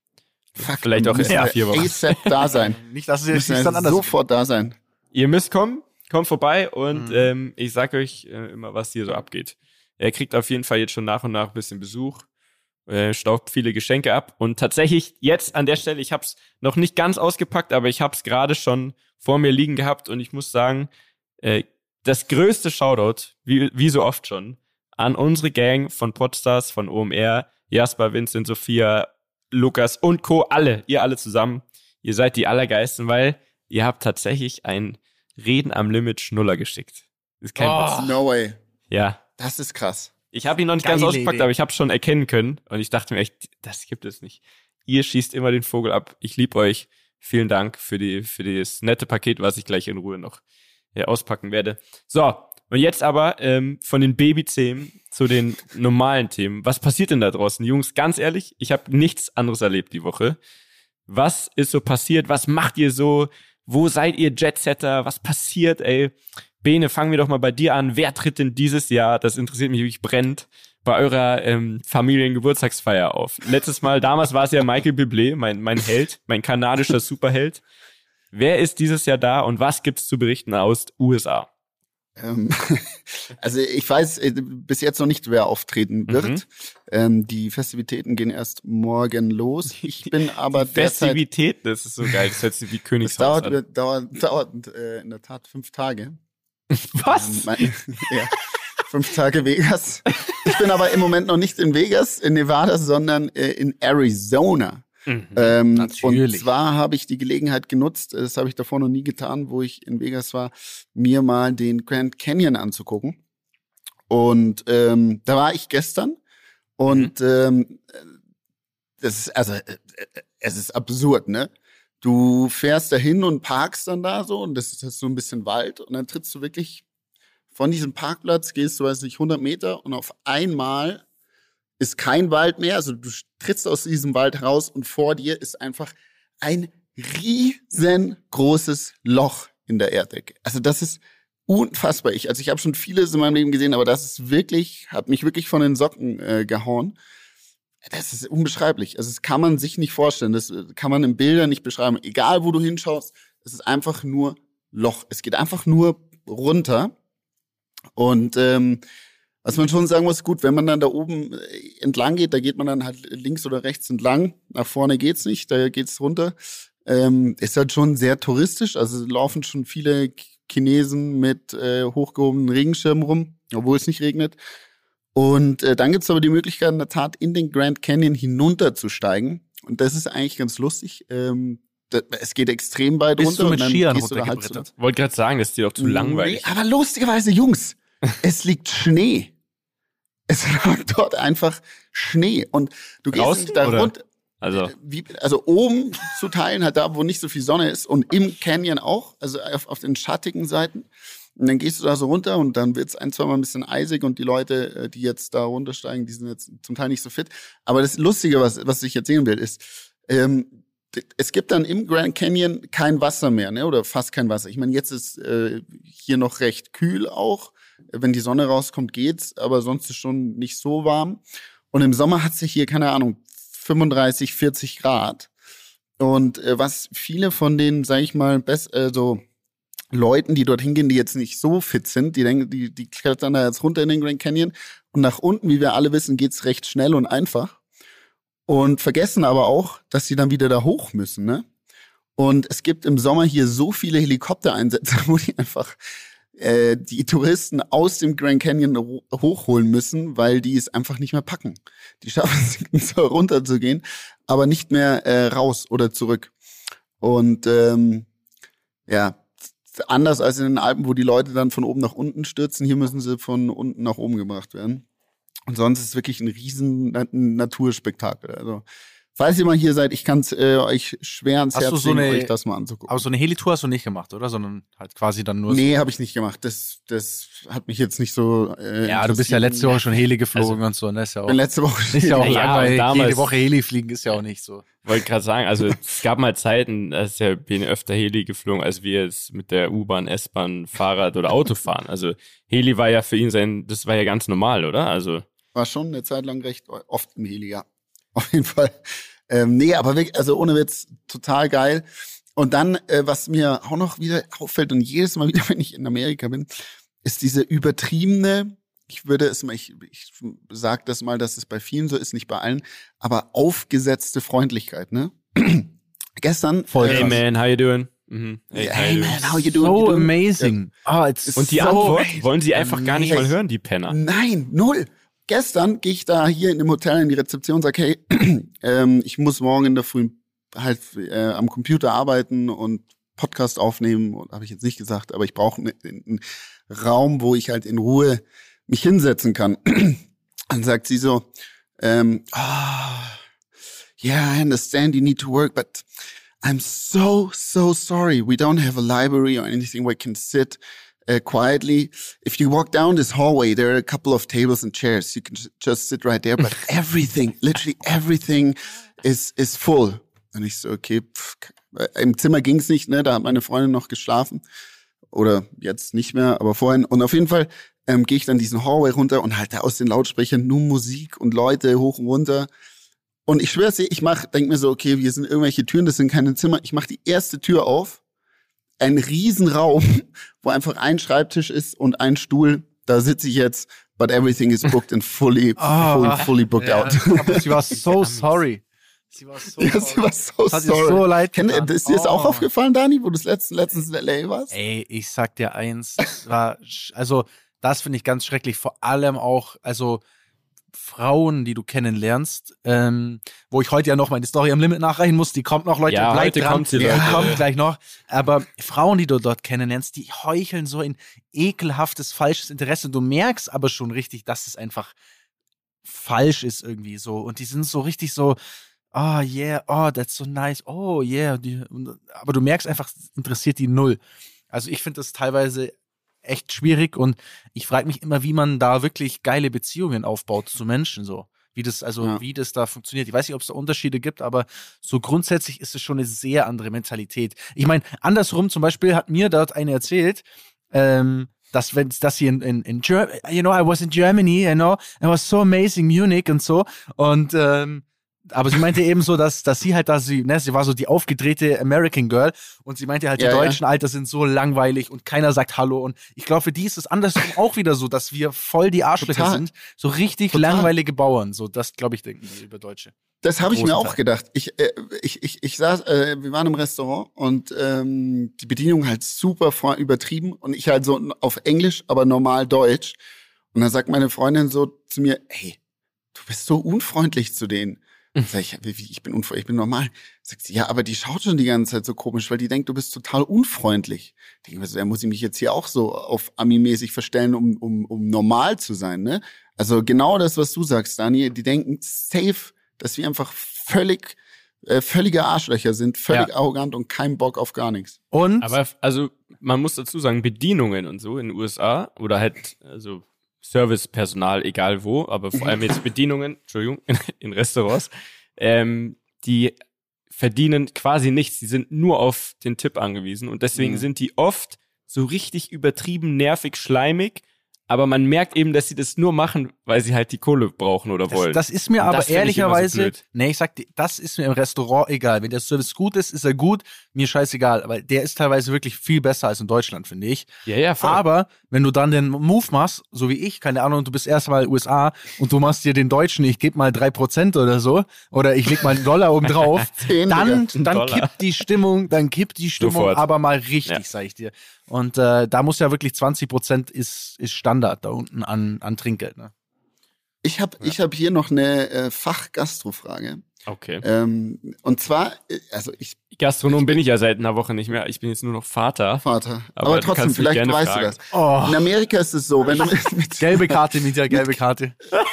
Fuck, Vielleicht wir auch erst müssen nach vier Wochen. ASAP da sein. Nicht, dass es Wir jetzt müssen dann anders sofort da sein. Ihr müsst kommen, kommt vorbei und Mhm. ähm, ich sag euch äh, immer, was hier so abgeht. Er kriegt auf jeden Fall jetzt schon nach und nach ein bisschen Besuch, äh, staubt viele Geschenke ab und tatsächlich jetzt an der Stelle, ich hab's noch nicht ganz ausgepackt, aber ich hab's gerade schon vor mir liegen gehabt und ich muss sagen, äh, das größte Shoutout, wie, wie so oft schon, an unsere Gang von Podstars, von O M R, Jasper, Vincent, Sophia, Lukas und Co., alle, ihr alle zusammen. Ihr seid die Allergeisten, weil ihr habt tatsächlich ein Reden am Limit Schnuller geschickt. Ist kein Oh. Witz. No way. Ja. Das ist krass. Ich habe ihn noch nicht Geile ganz ausgepackt, Idee. aber ich habe schon erkennen können. Und ich dachte mir echt, das gibt es nicht. Ihr schießt immer den Vogel ab. Ich liebe euch. Vielen Dank für die für das nette Paket, was ich gleich in Ruhe noch äh, auspacken werde. So, und jetzt aber ähm, von den Babythemen zu den normalen Themen. Was passiert denn da draußen? Jungs, ganz ehrlich, ich habe nichts anderes erlebt die Woche. Was ist so passiert? Was macht ihr so? Wo seid ihr Jetsetter? Was passiert, ey? Bene, fangen wir doch mal bei dir an. Wer tritt denn dieses Jahr, das interessiert mich wirklich brennend, bei eurer ähm, Familiengeburtstagsfeier auf? Letztes Mal, damals war es ja Michael Bublé, mein, mein Held, mein kanadischer Superheld. Wer ist dieses Jahr da und was gibt's zu berichten aus U S A? Ähm, also ich weiß äh, bis jetzt noch nicht, wer auftreten wird. Mhm. Ähm, die Festivitäten gehen erst morgen los. Ich bin aber derzeit... Festivität, das ist so geil, das hört sich wie Das Königshaus dauert, an. dauert, dauert äh, in der Tat fünf Tage. Was? Ähm, mein, ja, fünf Tage Vegas. Ich bin aber im Moment noch nicht in Vegas, in Nevada, sondern äh, in Arizona. Mhm. Ähm, Natürlich. Und zwar habe ich die Gelegenheit genutzt, das habe ich davor noch nie getan, wo ich in Vegas war, mir mal den Grand Canyon anzugucken. Und ähm, da war ich gestern und ähm, das ist, also, äh, äh, es ist absurd, ne? Du fährst dahin und parkst dann da so und das ist, das ist so ein bisschen Wald und dann trittst du wirklich von diesem Parkplatz, gehst du, weiß nicht, hundert Meter und auf einmal ist kein Wald mehr, also du trittst aus diesem Wald raus und vor dir ist einfach ein riesengroßes Loch in der Erddecke. Also das ist unfassbar. Ich, also ich habe schon vieles in meinem Leben gesehen, aber das ist wirklich, hat mich wirklich von den Socken äh, gehauen. Das ist unbeschreiblich. Also das kann man sich nicht vorstellen. Das kann man in Bildern nicht beschreiben. Egal, wo du hinschaust, es ist einfach nur Loch. Es geht einfach nur runter. Und ähm, was man schon sagen muss, gut, wenn man dann da oben äh, entlang geht, da geht man dann halt links oder rechts entlang. Nach vorne geht's nicht, da geht's runter. Ähm, ist halt schon sehr touristisch. Also laufen schon viele Chinesen mit äh, hochgehobenen Regenschirmen rum, obwohl es nicht regnet. Und äh, dann gibt's aber die Möglichkeit, in der Tat in den Grand Canyon hinunterzusteigen. Und das ist eigentlich ganz lustig. Ähm, da, es geht extrem weit Bist runter. du mit und dann Skiern gehst du da halt so runtergebrettert? Wollte gerade sagen, das ist dir doch zu langweilig. Nee, aber lustigerweise, Jungs, es liegt Schnee. Es lag dort einfach Schnee. Und du gehst Draußen, da oder? runter. Also, Wie, also oben zu teilen, halt da, wo nicht so viel Sonne ist und im Canyon auch, also auf, auf den schattigen Seiten. Und dann gehst du da so runter und dann wird's ein, zwei Mal ein bisschen eisig und die Leute, die jetzt da runtersteigen, die sind jetzt zum Teil nicht so fit. Aber das Lustige, was, was ich erzählen will, ist, ähm, es gibt dann im Grand Canyon kein Wasser mehr, ne? Oder fast kein Wasser. Ich meine, jetzt ist äh, hier noch recht kühl auch. Wenn die Sonne rauskommt, geht's, aber sonst ist schon nicht so warm. Und im Sommer hat sich hier, keine Ahnung, fünfunddreißig, vierzig Grad. Und äh, was viele von den, sag ich mal, best, äh, so Leuten, die dorthin gehen, die jetzt nicht so fit sind, die denken, die, die klettern da jetzt runter in den Grand Canyon und nach unten, wie wir alle wissen, geht's recht schnell und einfach. Und vergessen aber auch, dass sie dann wieder da hoch müssen, ne? Und es gibt im Sommer hier so viele Helikoptereinsätze, wo die einfach äh, die Touristen aus dem Grand Canyon ho- hochholen müssen, weil die es einfach nicht mehr packen. Die schaffen es so runterzugehen, aber nicht mehr äh, raus oder zurück. Und ähm, ja, anders als in den Alpen, wo die Leute dann von oben nach unten stürzen, hier müssen sie von unten nach oben gebracht werden. Und sonst ist es wirklich ein riesen Naturspektakel. Also, falls ihr mal hier seid, ich kann es äh, euch schwer ans Hast du Herz so legen, eine- euch das mal anzugucken. Aber so eine Helitour hast du nicht gemacht, oder? Sondern halt quasi dann nur. Nee, habe ich nicht gemacht. Das, das hat mich jetzt nicht so äh, Ja, du bist ja interessiert. letzte Woche schon Heli geflogen und so. Und das ist ja Ich auch, bin letzte Woche ist ja auch Ja, langweilig. und damals- Jede Woche Heli fliegen ist ja auch nicht so. Wollte gerade sagen, also es gab mal Zeiten, da ist ja bin öfter Heli geflogen, als wir jetzt mit der U-Bahn, S-Bahn, Fahrrad oder Auto fahren. Also Heli war ja für ihn sein, das war ja ganz normal, oder? Also War schon eine Zeit lang recht oft im Heli, ja. Auf jeden Fall. Ähm, nee, aber wirklich, also ohne Witz, total geil. Und dann, äh, was mir auch noch wieder auffällt und jedes Mal wieder, wenn ich in Amerika bin, ist diese übertriebene, ich würde es mal, ich, ich sag das mal, dass es bei vielen so ist, nicht bei allen, aber aufgesetzte Freundlichkeit, ne? Gestern. Voll hey krass. man, how you doing? Mhm. Hey, how you doing? man, how you doing? So You doing? amazing. Ah, it's Und die so Antwort wollen sie einfach gar nicht mal amazing. hören, die Penner. Nein, null. Gestern gehe ich da hier in dem Hotel in die Rezeption und sage, hey, ähm, ich muss morgen in der Früh halt äh, am Computer arbeiten und Podcast aufnehmen, habe ich jetzt nicht gesagt, aber ich brauche einen, einen Raum, wo ich halt in Ruhe mich hinsetzen kann. Dann sagt sie so, ähm, oh, yeah, I understand you need to work, but I'm so, so sorry. We don't have a library or anything where you can sit uh, quietly. If you walk down this hallway, there are a couple of tables and chairs. You can j- just sit right there, but everything, literally everything is, is full. Und ich so, okay, pff, im Zimmer ging's nicht, ne, da hat meine Freundin noch geschlafen. Oder jetzt nicht mehr, aber vorhin. Und auf jeden Fall ähm, gehe ich dann diesen Hallway runter und halt da aus den Lautsprechern nur Musik und Leute hoch und runter. Und ich schwör's dir, ich mach, denk mir so, okay, hier sind irgendwelche Türen, das sind keine Zimmer. Ich mach die erste Tür auf, ein Riesenraum, wo einfach ein Schreibtisch ist und ein Stuhl. Da sitze ich jetzt, but everything is booked and fully, Ah, fully, fully booked ja, out. aber sie war so sorry. Sie war so Ja, sorry. sie war so Das hat ihr sorry. so leid Kennt, getan. ist dir das auch Oh. aufgefallen, Dani, wo du das letzten, letztens in L A warst? Ey, ich sag dir eins, es war, sch- also das finde ich ganz schrecklich, vor allem auch, also Frauen, die du kennenlernst, ähm, wo ich heute ja noch meine Story am Limit nachreichen muss, die kommt noch, Leute, Ja, bleibt heute dran, kommt sie, die Leute. kommt gleich noch, aber Frauen, die du dort kennenlernst, die heucheln so in ekelhaftes, falsches Interesse und du merkst aber schon richtig, dass es einfach falsch ist irgendwie so und die sind so richtig so, oh yeah, oh, that's so nice, oh yeah, die, und, aber du merkst einfach, es interessiert die null. Also ich finde das teilweise echt schwierig und ich frage mich immer, wie man da wirklich geile Beziehungen aufbaut zu Menschen so. Wie das, also Ja. wie das da funktioniert. Ich weiß nicht, ob es da Unterschiede gibt, aber so grundsätzlich ist es schon eine sehr andere Mentalität. Ich meine, andersrum zum Beispiel hat mir dort eine erzählt, ähm, dass wenn dass sie in, in, in Ger- you know, I was in Germany, you know, it was so amazing, Munich und so. Und ähm, aber sie meinte eben so, dass, dass sie halt da, sie, ne, sie war so die aufgedrehte American Girl und sie meinte halt, die Ja, ja. deutschen Alter sind so langweilig und keiner sagt Hallo und ich glaube, für die ist es andersrum auch wieder so, dass wir voll die Arschlöcher Total. sind, so richtig Total. langweilige Bauern, so das glaube ich denken die über Deutsche. Das habe ich mir Großen auch Teil. gedacht. Ich, äh, ich, ich, ich saß, äh, wir waren im Restaurant und ähm, die Bedienung halt super vor, übertrieben und ich halt so auf Englisch, aber normal Deutsch. Und dann sagt meine Freundin so zu mir, hey, du bist so unfreundlich zu denen. Sag ich, wie, wie, ich bin unfreundlich, ich bin normal. Sagt sie, ja, aber die schaut schon die ganze Zeit so komisch, weil die denkt, du bist total unfreundlich. Ich denke mir so, ja, muss ich mich jetzt hier auch so auf Ami-mäßig verstellen, um, um, um normal zu sein, ne? Also genau das, was du sagst, Dani, die denken safe, dass wir einfach völlig, äh, völlige Arschlöcher sind, völlig Ja. arrogant und keinen Bock auf gar nichts. Und Aber also man muss dazu sagen, Bedienungen und so in den U S A oder halt also Servicepersonal, egal wo, aber vor allem jetzt Bedienungen, Entschuldigung, in, in Restaurants, ähm, die verdienen quasi nichts. Die sind nur auf den Tipp angewiesen und deswegen Mhm. sind die oft so richtig übertrieben nervig, schleimig, aber man merkt eben, dass sie das nur machen, weil sie halt die Kohle brauchen oder wollen. Das, das ist mir Und aber das find ich immer so ehrlicherweise, blöd. nee, ich sag dir, das ist mir im Restaurant egal. Wenn der Service gut ist, ist er gut, mir scheißegal. Aber der ist teilweise wirklich viel besser als in Deutschland, finde ich. Ja, ja, voll. Aber wenn du dann den Move machst, so wie ich, keine Ahnung, du bist erst mal U S A und du machst dir den Deutschen, ich gebe mal drei Prozent oder so, oder ich leg mal einen Dollar oben drauf, Zehn, dann, Ein dann Dollar. kippt die Stimmung, dann kippt die Stimmung Sofort. aber mal richtig, Ja. sag ich dir. Und äh, da muss ja wirklich zwanzig Prozent ist, ist Standard da unten an, an Trinkgeld. Ne? Ich habe ich hab hier noch eine äh, Fach-Gastro-Frage. Okay. Ähm, und zwar, äh, also ich, Gastronom bin ich ja seit einer Woche nicht mehr. Ich bin jetzt nur noch Vater. Vater, Aber aber, du trotzdem, kannst mich vielleicht gerne weißt fragen. du das. Oh. In Amerika ist es so, wenn du mit, mit, Gelbe Karte, Mieter, gelbe Karte.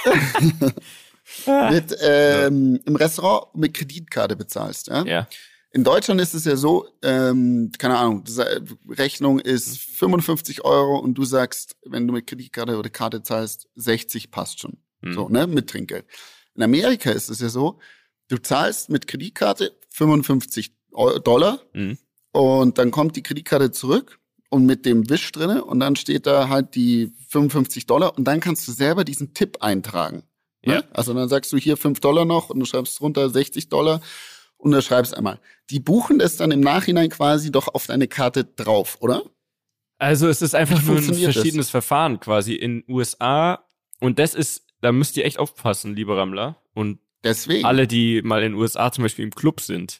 mit ähm, im Restaurant mit Kreditkarte bezahlst, ja? Ja. In Deutschland ist es ja so, ähm, keine Ahnung, diese Rechnung ist fünfundfünfzig Euro und du sagst, wenn du mit Kreditkarte oder Karte zahlst, sechzig passt schon. Mhm. So, ne, mit Trinkgeld. In Amerika ist es ja so, du zahlst mit Kreditkarte fünfundfünfzig Eu- Dollar Mhm. und dann kommt die Kreditkarte zurück und mit dem Wisch drinne und dann steht da halt die fünfundfünfzig Dollar und dann kannst du selber diesen Tipp eintragen. Ne? Ja. Also dann sagst du hier fünf Dollar noch und du schreibst drunter sechzig Dollar. Und du schreibst einmal. Die buchen das dann im Nachhinein quasi doch auf deine Karte drauf, oder? Also es ist einfach Wie nur ein funktioniert das? verschiedenes Verfahren quasi in U S A und das ist, da müsst ihr echt aufpassen, liebe Rammler und Deswegen. alle, die mal in den U S A zum Beispiel im Club sind.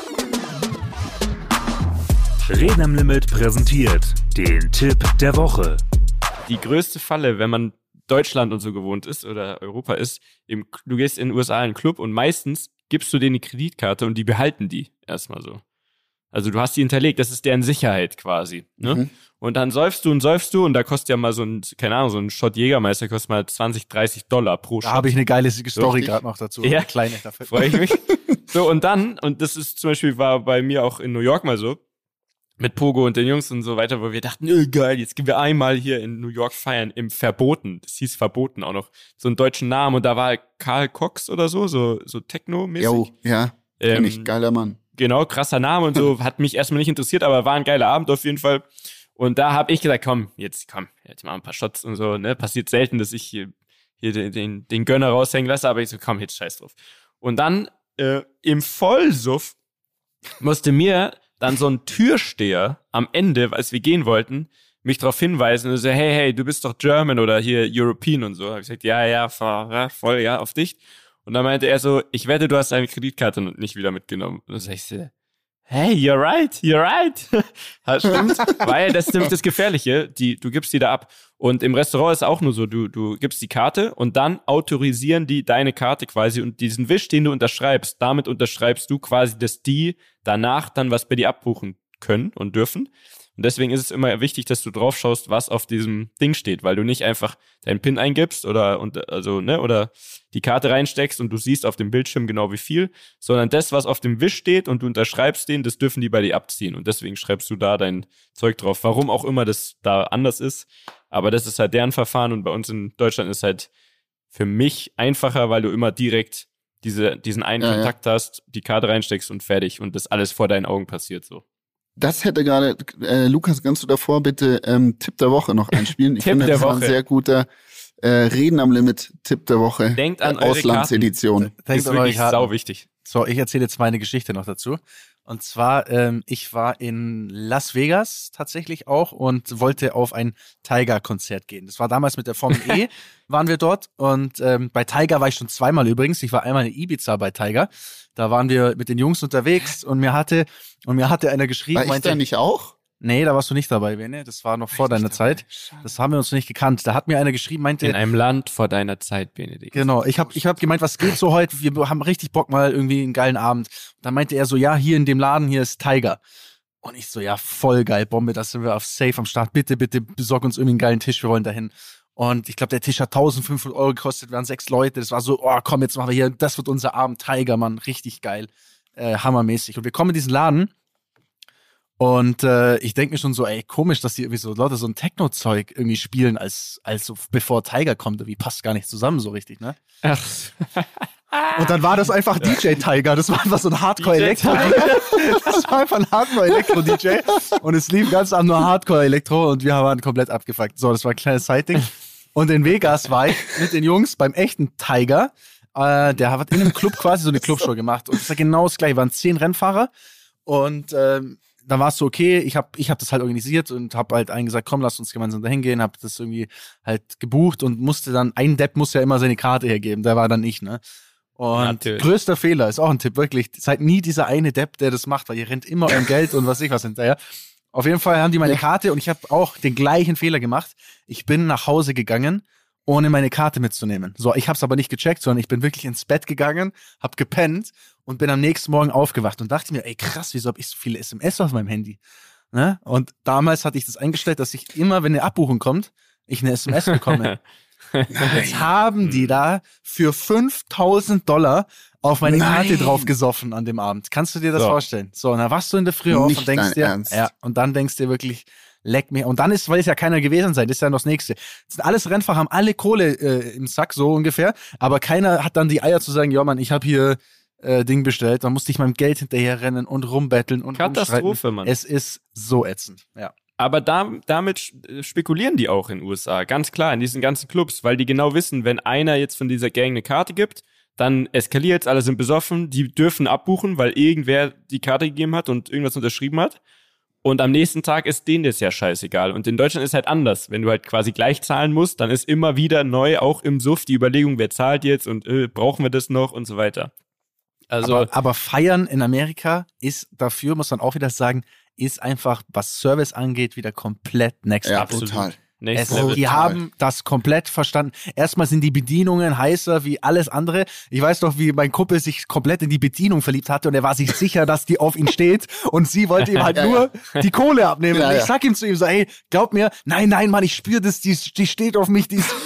Reden am Limit präsentiert den Tipp der Woche. Die größte Falle, wenn man Deutschland und so gewohnt ist oder Europa ist, im, du gehst in den U S A in einen Club und meistens gibst du denen die Kreditkarte und die behalten die erstmal so. Also du hast die hinterlegt, das ist deren Sicherheit quasi. Ne? Mhm. Und dann säufst du und säufst du und da kostet ja mal so ein, keine Ahnung, so ein Shot Jägermeister kostet mal zwanzig, dreißig Dollar pro Da Shot. habe ich eine geile Story Richtig. gerade noch dazu. Ja. Eine kleine dafür. Freue ich mich. So, und dann, und das ist zum Beispiel, war bei mir auch in New York mal so, mit Pogo und den Jungs und so weiter, wo wir dachten, öh, geil, jetzt gehen wir einmal hier in New York feiern, im Verboten. Das hieß Verboten auch noch. So einen deutschen Namen und da war Karl Cox oder so, so, so Techno-mäßig. Jo, ja. Kenn Ähm, ich. Geiler Mann. Genau, krasser Name und so, hat mich erstmal nicht interessiert, aber war ein geiler Abend auf jeden Fall. Und da habe ich gesagt, komm, jetzt komm, jetzt mal ein paar Shots und so, ne? Passiert selten, dass ich hier, hier den, den, den Gönner raushängen lasse, aber ich so, komm, jetzt scheiß drauf. Und dann äh, im Vollsuff musste mir dann so ein Türsteher am Ende, als wir gehen wollten, mich darauf hinweisen und so, hey, hey, du bist doch German oder hier European und so. Hab ich gesagt, ja, ja, voll, ja, voll, ja, auf dich. Und dann meinte er so, ich wette, du hast deine Kreditkarte nicht wieder mitgenommen. Und dann sag ich so, hey, you're right, you're right. Das stimmt, weil das ist nämlich das Gefährliche, die, du gibst die da ab. Und im Restaurant ist es auch nur so, du, du gibst die Karte und dann autorisieren die deine Karte quasi und diesen Wisch, den du unterschreibst, damit unterschreibst du quasi, dass die danach dann was bei dir abbuchen können und dürfen. Und deswegen ist es immer wichtig, dass du drauf schaust, was auf diesem Ding steht, weil du nicht einfach deinen PIN eingibst oder und also ne oder die Karte reinsteckst und du siehst auf dem Bildschirm genau wie viel, sondern das, was auf dem Wisch steht und du unterschreibst den, das dürfen die bei dir abziehen und deswegen schreibst du da dein Zeug drauf. Warum auch immer das da anders ist, aber das ist halt deren Verfahren und bei uns in Deutschland ist halt für mich einfacher, weil du immer direkt diese diesen einen Ja, Kontakt hast, die Karte reinsteckst und fertig und das alles vor deinen Augen passiert so. Das hätte gerade, äh, Lukas, kannst du davor bitte ähm, Tipp der Woche noch einspielen? Ich Tipp finde, der das war ein Woche. sehr guter äh, Reden am Limit Tipp der Woche. Denkt an äh, eure Auslandsedition. Denkt ist an wirklich euch sau wichtig. So, ich erzähle jetzt meine Geschichte noch dazu. Und zwar, ähm, ich war in Las Vegas tatsächlich auch und wollte auf ein Tiger-Konzert gehen. Das war damals mit der Formel E, waren wir dort. Und ähm, bei Tiger war ich schon zweimal übrigens. Ich war einmal in Ibiza bei Tiger. Da waren wir mit den Jungs unterwegs und mir hatte und mir hatte einer geschrieben, War ich meinte, da nicht auch? nee, da warst du nicht dabei, Bene. Das war noch vor deiner Zeit. Das haben wir uns nicht gekannt. Da hat mir einer geschrieben, meinte, In einem Land vor deiner Zeit, Benedikt. genau, ich habe ich hab gemeint, was geht so heute? Wir haben richtig Bock mal irgendwie einen geilen Abend. Und dann meinte er so, ja, hier in dem Laden, hier ist Tiger. Und ich so, ja, voll geil, Bombe, da sind wir auf Safe am Start. Bitte, bitte besorg uns irgendwie einen geilen Tisch, wir wollen dahin. Und ich glaube, der Tisch hat eintausendfünfhundert Euro gekostet, wir waren sechs Leute. Das war so, oh komm, jetzt machen wir hier, das wird unser Abend, Tiger, Mann, richtig geil, äh, hammermäßig. Und wir kommen in diesen Laden und äh, ich denke mir schon so, ey, komisch, dass die irgendwie so Leute so ein Techno-Zeug irgendwie spielen, als, als so bevor Tiger kommt. Irgendwie passt gar nicht zusammen so richtig, ne? Ach, Und dann war das einfach D J Tiger. Das war einfach so ein Hardcore-Elektro. Das war einfach ein Hardcore-Elektro-D J. Und es lief ganz am nur Hardcore-Elektro und wir waren komplett abgefuckt. So, das war ein kleines Sighting. Und in Vegas war ich mit den Jungs beim echten Tiger. Äh, der hat in einem Club quasi so eine Clubshow gemacht. Und das war genau das gleiche. Wir waren zehn Rennfahrer. Und ähm, dann war es so, okay, ich habe ich hab das halt organisiert und habe halt allen gesagt, komm, lass uns gemeinsam dahin gehen. Habe das irgendwie halt gebucht und musste dann, ein Depp muss ja immer seine Karte hergeben. Der war dann ich, ne? Und Natürlich. größter Fehler, ist auch ein Tipp, wirklich, seid nie dieser eine Depp, der das macht, weil ihr rennt immer eurem Geld und was ich was hinterher. Auf jeden Fall haben die meine Karte und ich habe auch den gleichen Fehler gemacht. Ich bin nach Hause gegangen, ohne meine Karte mitzunehmen. So, ich habe es aber nicht gecheckt, sondern ich bin wirklich ins Bett gegangen, habe gepennt und bin am nächsten Morgen aufgewacht und dachte mir, ey krass, wieso habe ich so viele S M S auf meinem Handy? Ne? Und damals hatte ich das eingestellt, dass ich immer, wenn eine Abbuchung kommt, ich eine S M S bekomme. Jetzt haben die da für fünftausend Dollar auf meine Nein. Karte drauf gesoffen an dem Abend. Kannst du dir das so. vorstellen? So, und dann wachst du in der Früh auf und denkst dir, Ernst. ja, und dann denkst dir wirklich, leck mir. Und dann ist, weil es ja keiner gewesen sein, das ist ja noch das Nächste. Das sind alles Rennfahrer, haben alle Kohle äh, im Sack, so ungefähr. Aber keiner hat dann die Eier zu sagen, ja Mann, ich habe hier äh, Ding bestellt. Dann musste ich meinem Geld hinterher rennen und rumbetteln und Katastrophe, Mann. Es ist so ätzend, ja. Aber da, damit spekulieren die auch in den U S A, ganz klar, in diesen ganzen Clubs, weil die genau wissen, wenn einer jetzt von dieser Gang eine Karte gibt, dann eskaliert's, alle sind besoffen, die dürfen abbuchen, weil irgendwer die Karte gegeben hat und irgendwas unterschrieben hat. Und am nächsten Tag ist denen das ja scheißegal. Und in Deutschland ist halt anders. Wenn du halt quasi gleich zahlen musst, dann ist immer wieder neu, auch im Suff, die Überlegung, wer zahlt jetzt und äh, brauchen wir das noch und so weiter. Also, aber, aber feiern in Amerika ist dafür, muss man auch wieder sagen, ist einfach, was Service angeht, wieder komplett next ja, level. Total. Es, die haben das komplett verstanden. Erstmal sind die Bedienungen heißer wie alles andere. Ich weiß doch, wie mein Kumpel sich komplett in die Bedienung verliebt hatte und er war sich sicher, dass die auf ihn steht und sie wollte ihm halt ja, nur ja. die Kohle abnehmen. Ja, und ich ja. sag ihm zu ihm so, hey, glaub mir, nein, nein, Mann, ich spüre das, die, die steht auf mich, die ist...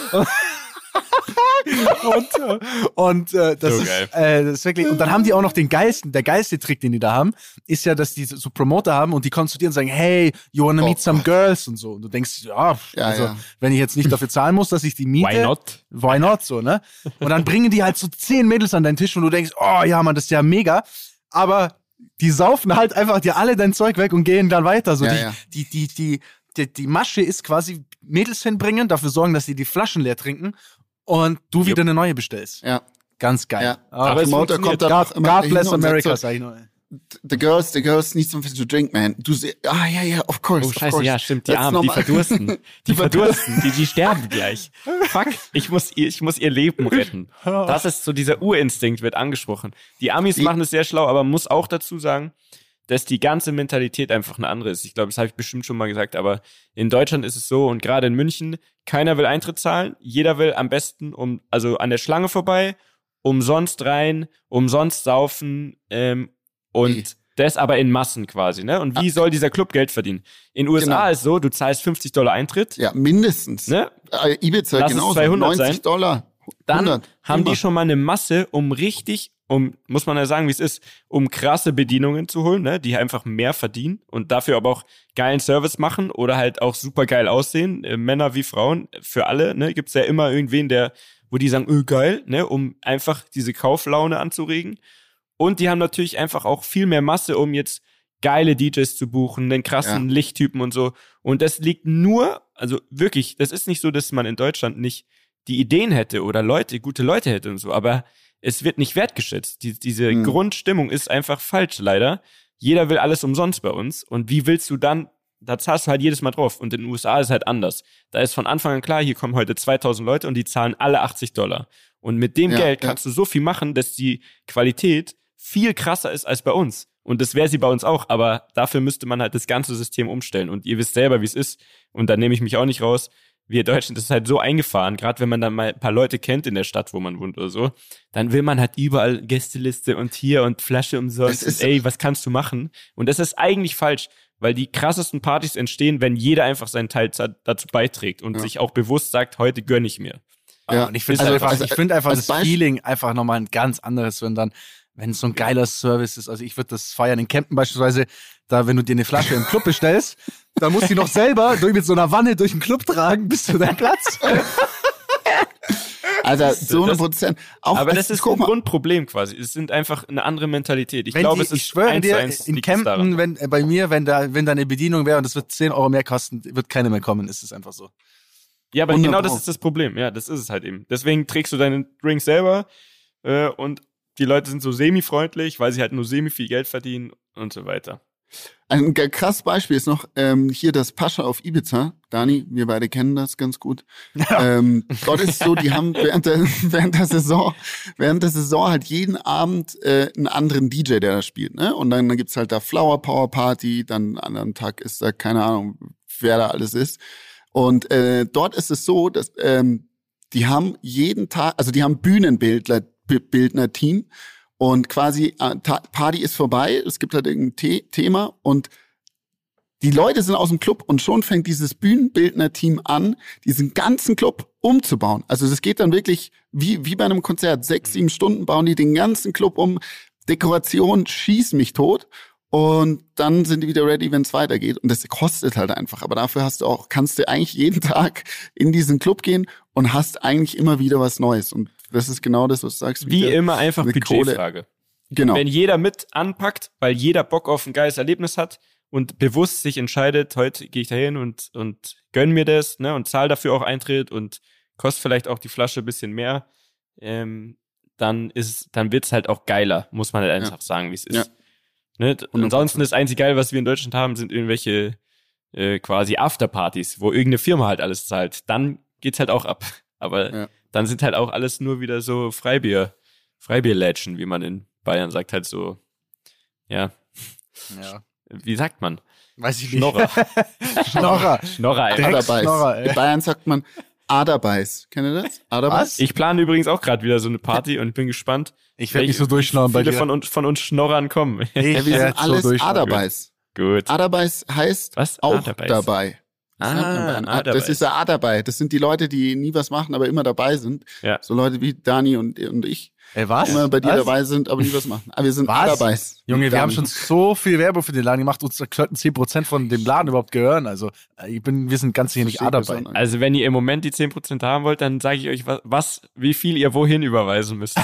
und und äh, das, so ist, äh, das ist wirklich, und dann haben die auch noch den geilsten, der geilste Trick, den die da haben, ist ja, dass die so Promoter haben und die kommen zu dir und sagen, hey, you wanna meet oh, some girls und so. Und du denkst, ja, ja, also ja. wenn ich jetzt nicht dafür zahlen muss, dass ich die miete, why not? Why not, so, ne? Und dann bringen die halt so zehn Mädels an deinen Tisch und du denkst, oh ja, Mann, das ist ja mega. Aber die saufen halt einfach dir alle dein Zeug weg und gehen dann weiter. So ja, die, ja. die, die, die, die, die Masche ist quasi Mädels hinbringen, dafür sorgen, dass sie die Flaschen leer trinken und du wieder eine neue bestellst. Ja. Ganz geil. Ja. Aber, Aber es Motor kommt da God, God bless America, sag ich nur. The girls, the girls need something to drink, man. Du se- ah, ja, ja, of course. Oh, scheiße, course. ja, stimmt, die Armen, die verdursten. Die verdursten, die, die sterben gleich. Fuck, ich muss ihr, ich muss ihr Leben retten. Das ist so, dieser Urinstinkt wird angesprochen. Die Amis die, machen es sehr schlau, aber man muss auch dazu sagen, dass die ganze Mentalität einfach eine andere ist. Ich glaube, das habe ich bestimmt schon mal gesagt, aber in Deutschland ist es so und gerade in München, keiner will Eintritt zahlen, jeder will am besten um, also an der Schlange vorbei, umsonst rein, umsonst saufen ähm, und nee. das aber in Massen quasi, ne? Und wie soll dieser Club Geld verdienen? In den U S A genau. ist so, du zahlst fünfzig Dollar Eintritt. Ja, mindestens. Ne? Äh, Ibiza Lass genauso, es zweihundert neunzig sein. Dollar. Dann hundert, haben immer. die schon mal eine Masse, um richtig, um, muss man ja sagen, wie es ist, um krasse Bedienungen zu holen, ne, die einfach mehr verdienen und dafür aber auch geilen Service machen oder halt auch super geil aussehen, äh, Männer wie Frauen, für alle, ne, gibt's ja immer irgendwen, der, wo die sagen, öh, geil, ne, um einfach diese Kauflaune anzuregen. Und die haben natürlich einfach auch viel mehr Masse, um jetzt geile D Js zu buchen, den krassen ja. Lichttypen und so. Und das liegt nur, also wirklich, das ist nicht so, dass man in Deutschland nicht die Ideen hätte oder Leute, gute Leute hätte und so, aber es wird nicht wertgeschätzt. Die, diese hm. Grundstimmung ist einfach falsch, leider. Jeder will alles umsonst bei uns. Und wie willst du dann, da zahlst du halt jedes Mal drauf. Und in den U S A ist es halt anders. Da ist von Anfang an klar, hier kommen heute zweitausend Leute und die zahlen alle achtzig Dollar. Und mit dem ja, Geld kannst ja. du so viel machen, dass die Qualität viel krasser ist als bei uns. Und das wäre sie bei uns auch, aber dafür müsste man halt das ganze System umstellen. Und ihr wisst selber, wie es ist. Und da nehme ich mich auch nicht raus. Wir Deutschen, das ist halt so eingefahren, gerade wenn man dann mal ein paar Leute kennt in der Stadt, wo man wohnt oder so, dann will man halt überall Gästeliste und hier und Flasche umsonst und ey, was kannst du machen? Und das ist eigentlich falsch, weil die krassesten Partys entstehen, wenn jeder einfach seinen Teil dazu beiträgt und ja. sich auch bewusst sagt, heute gönn ich mir. Ja, und ich finde also, einfach, also, ich find einfach das Beispiel Feeling einfach nochmal ein ganz anderes, wenn dann, wenn es so ein geiler Service ist. Also ich würde das feiern in Campen beispielsweise, da wenn du dir eine Flasche im Club bestellst, dann musst du die noch selber durch mit so einer Wanne durch den Club tragen bis zu deinem Platz. Also so eine Prozent. Auch aber es das ist guck ein mal, Grundproblem quasi. Es sind einfach eine andere Mentalität. Ich Wenn glaube, die, es ist ich schwöre eins dir, zu eins in liegt es daran. Kempten, wenn, äh, bei mir, wenn da, wenn da eine Bedienung wäre und es wird zehn Euro mehr kosten, wird keine mehr kommen, ist es einfach so. Ja, aber hundert genau das Pro. ist das Problem. Ja, das ist es halt eben. Deswegen trägst du deinen Drink selber äh, und die Leute sind so semi-freundlich, weil sie halt nur semi viel Geld verdienen und so weiter. ein g- krasses Beispiel ist noch ähm, hier das Pascha auf Ibiza. Dani, wir beide kennen das ganz gut. Ähm, dort ist so, die haben während der, während der Saison, während der Saison halt jeden Abend äh, einen anderen D J, der da spielt, ne? Und dann, dann gibt's halt da Flower Power Party, dann an einem Tag ist da keine Ahnung, wer da alles ist. Und äh, dort ist es so, dass ähm, die haben jeden Tag, also die haben Bühnenbildner, B- Bildner-Team und quasi äh, Ta- Party ist vorbei, es gibt halt irgendein The- Thema und die Leute sind aus dem Club und schon fängt dieses Bühnenbildner-Team an, diesen ganzen Club umzubauen. Also das geht dann wirklich wie wie bei einem Konzert. Sechs, sieben Stunden bauen die den ganzen Club um. Dekoration, schieß mich tot. Und dann sind die wieder ready, wenn es weitergeht. Und das kostet halt einfach. Aber dafür hast du auch, kannst du eigentlich jeden Tag in diesen Club gehen und hast eigentlich immer wieder was Neues. Und das ist genau das, was du sagst. Wie wieder immer einfach eine Budgetfrage. Genau. Wenn jeder mit anpackt, weil jeder Bock auf ein geiles Erlebnis hat und bewusst sich entscheidet, heute gehe ich da hin und, und gönn mir das, ne, und zahl dafür auch Eintritt und kostet vielleicht auch die Flasche ein bisschen mehr, ähm, dann ist, dann wird's halt auch geiler, muss man halt einfach Ja. sagen, wie es ist. Ja. Ne? Ansonsten das einzig geil, was wir in Deutschland haben, sind irgendwelche äh, quasi Afterpartys, wo irgendeine Firma halt alles zahlt. Dann geht's halt auch ab. Aber Ja. dann sind halt auch alles nur wieder so Freibier, Freibierlätschen, wie man in Bayern sagt, halt so, ja, Ja. wie sagt man? Weiß ich nicht. Schnorrer. Schnorrer. Schnorrer, ey. Direkt Aderbeiß. Schnorrer, ey. In Bayern sagt man Aderbeiß. Kennt ihr das? Aderbeiß? Was? Ich plane übrigens auch gerade wieder so eine Party und bin gespannt, Ich werde nicht so durchschnorren bei viele dir. von uns, von uns Schnorrern kommen. Ich Ja, wir werd sind alles so durchschnorren. Aderbeiß. Gut. Aderbeiß heißt Was? auch Aderbeiß? dabei. Das nennt man Ah, Bayern. Aderbeiß. Das ist ja Aderbei. Das sind die Leute, die nie was machen, aber immer dabei sind. Ja. So Leute wie Dani und, und ich. Ey, was? Immer bei dir Was? dabei sind, aber nie was machen. Aber wir sind Was? Aderbeiß. Junge, wir Dani. haben schon so viel Werbung für den Laden gemacht, uns sollten zehn Prozent von dem Laden überhaupt gehören. Also, äh, ich bin, wir sind ganz hier nicht Verstehe A ich dabei. das auch. Also wenn ihr im Moment die zehn Prozent haben wollt, dann sage ich euch, was, was, wie viel ihr wohin überweisen müsst.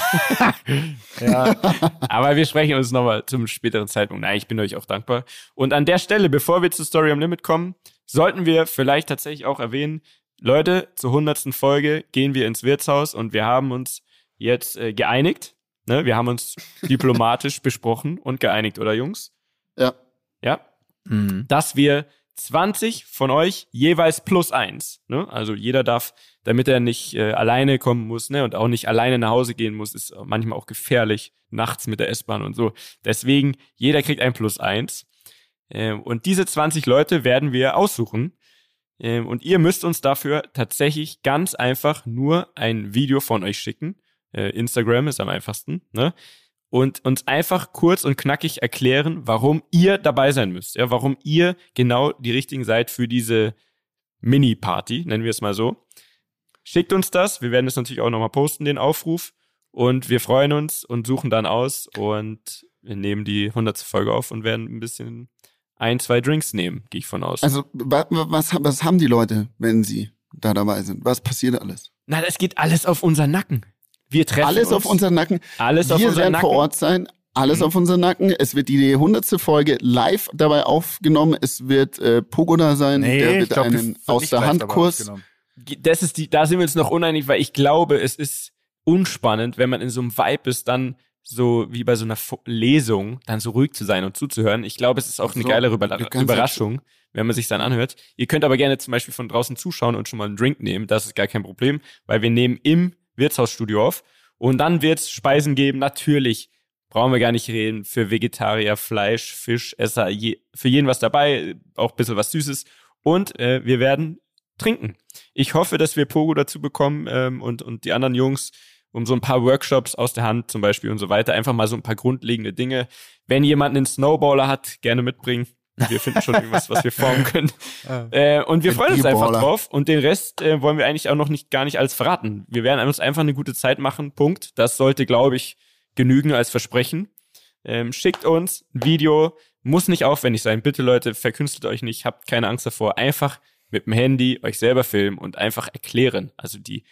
Ja. Aber wir sprechen uns nochmal zum späteren Zeitpunkt. Nein, ich bin euch auch dankbar. Und an der Stelle, bevor wir zu Story am Limit kommen, sollten wir vielleicht tatsächlich auch erwähnen, Leute, zur hundertsten Folge gehen wir ins Wirtshaus und wir haben uns jetzt äh, geeinigt. Ne? Wir haben uns diplomatisch besprochen und geeinigt, oder Jungs? Ja. Ja. Mhm. Dass wir zwanzig von euch jeweils plus eins, ne? Also jeder darf, damit er nicht äh, alleine kommen muss, ne? Und auch nicht alleine nach Hause gehen muss, ist manchmal auch gefährlich, nachts mit der S-Bahn und so. Deswegen, jeder kriegt ein plus eins. Ähm, und diese zwanzig Leute werden wir aussuchen. Ähm, und ihr müsst uns dafür tatsächlich ganz einfach nur ein Video von euch schicken. Äh, Instagram ist am einfachsten, ne? Und uns einfach kurz und knackig erklären, warum ihr dabei sein müsst. Ja, warum ihr genau die richtigen seid für diese Mini-Party, nennen wir es mal so. Schickt uns das. Wir werden es natürlich auch nochmal posten, den Aufruf. Und wir freuen uns und suchen dann aus und wir nehmen die hundertste Folge auf und werden ein bisschen ein, zwei Drinks nehmen, gehe ich von aus. Also, wa- wa- was, was haben die Leute, wenn sie da dabei sind? Was passiert alles? Na, das geht alles auf unseren Nacken. Wir treffen Alles uns. auf unseren Nacken. Alles auf Wir unseren werden Nacken. vor Ort sein. Alles Mhm. auf unseren Nacken. Es wird die hundertste Folge live dabei aufgenommen. Es wird äh, Pogo da sein. Nee, der ich wird glaub, einen wird aus nicht der live Hand dabei Kurs. aufgenommen. Das ist die, da sind wir uns noch uneinig, weil ich glaube, es ist unspannend, wenn man in so einem Vibe ist, dann so wie bei so einer Fo- Lesung, dann so ruhig zu sein und zuzuhören. Ich glaube, es ist auch eine So, geile du Überla- kannst Überraschung, wenn man sich dann anhört. Ihr könnt aber gerne zum Beispiel von draußen zuschauen und schon mal einen Drink nehmen. Das ist gar kein Problem, weil wir nehmen im Wirtshausstudio auf und dann wird's Speisen geben. Natürlich brauchen wir gar nicht reden. Für Vegetarier, Fleisch, Fisch, Esser, je, für jeden was dabei, auch ein bisschen was Süßes. Und äh, wir werden trinken. Ich hoffe, dass wir Pogo dazu bekommen ähm, und, und die anderen Jungs um so ein paar Workshops aus der Hand zum Beispiel und so weiter. Einfach mal so ein paar grundlegende Dinge. Wenn jemand einen Snowballer hat, gerne mitbringen. Wir finden schon irgendwas, was wir formen können. Äh, und wir Ein freuen uns einfach Bierballer. drauf. Und den Rest äh, wollen wir eigentlich auch noch nicht gar nicht alles verraten. Wir werden uns einfach eine gute Zeit machen. Punkt. Das sollte, glaube ich, genügen als Versprechen. Ähm, schickt uns ein Video. Muss nicht aufwendig sein. Bitte, Leute, verkünstelt euch nicht. Habt keine Angst davor. Einfach mit dem Handy euch selber filmen und einfach erklären. Also die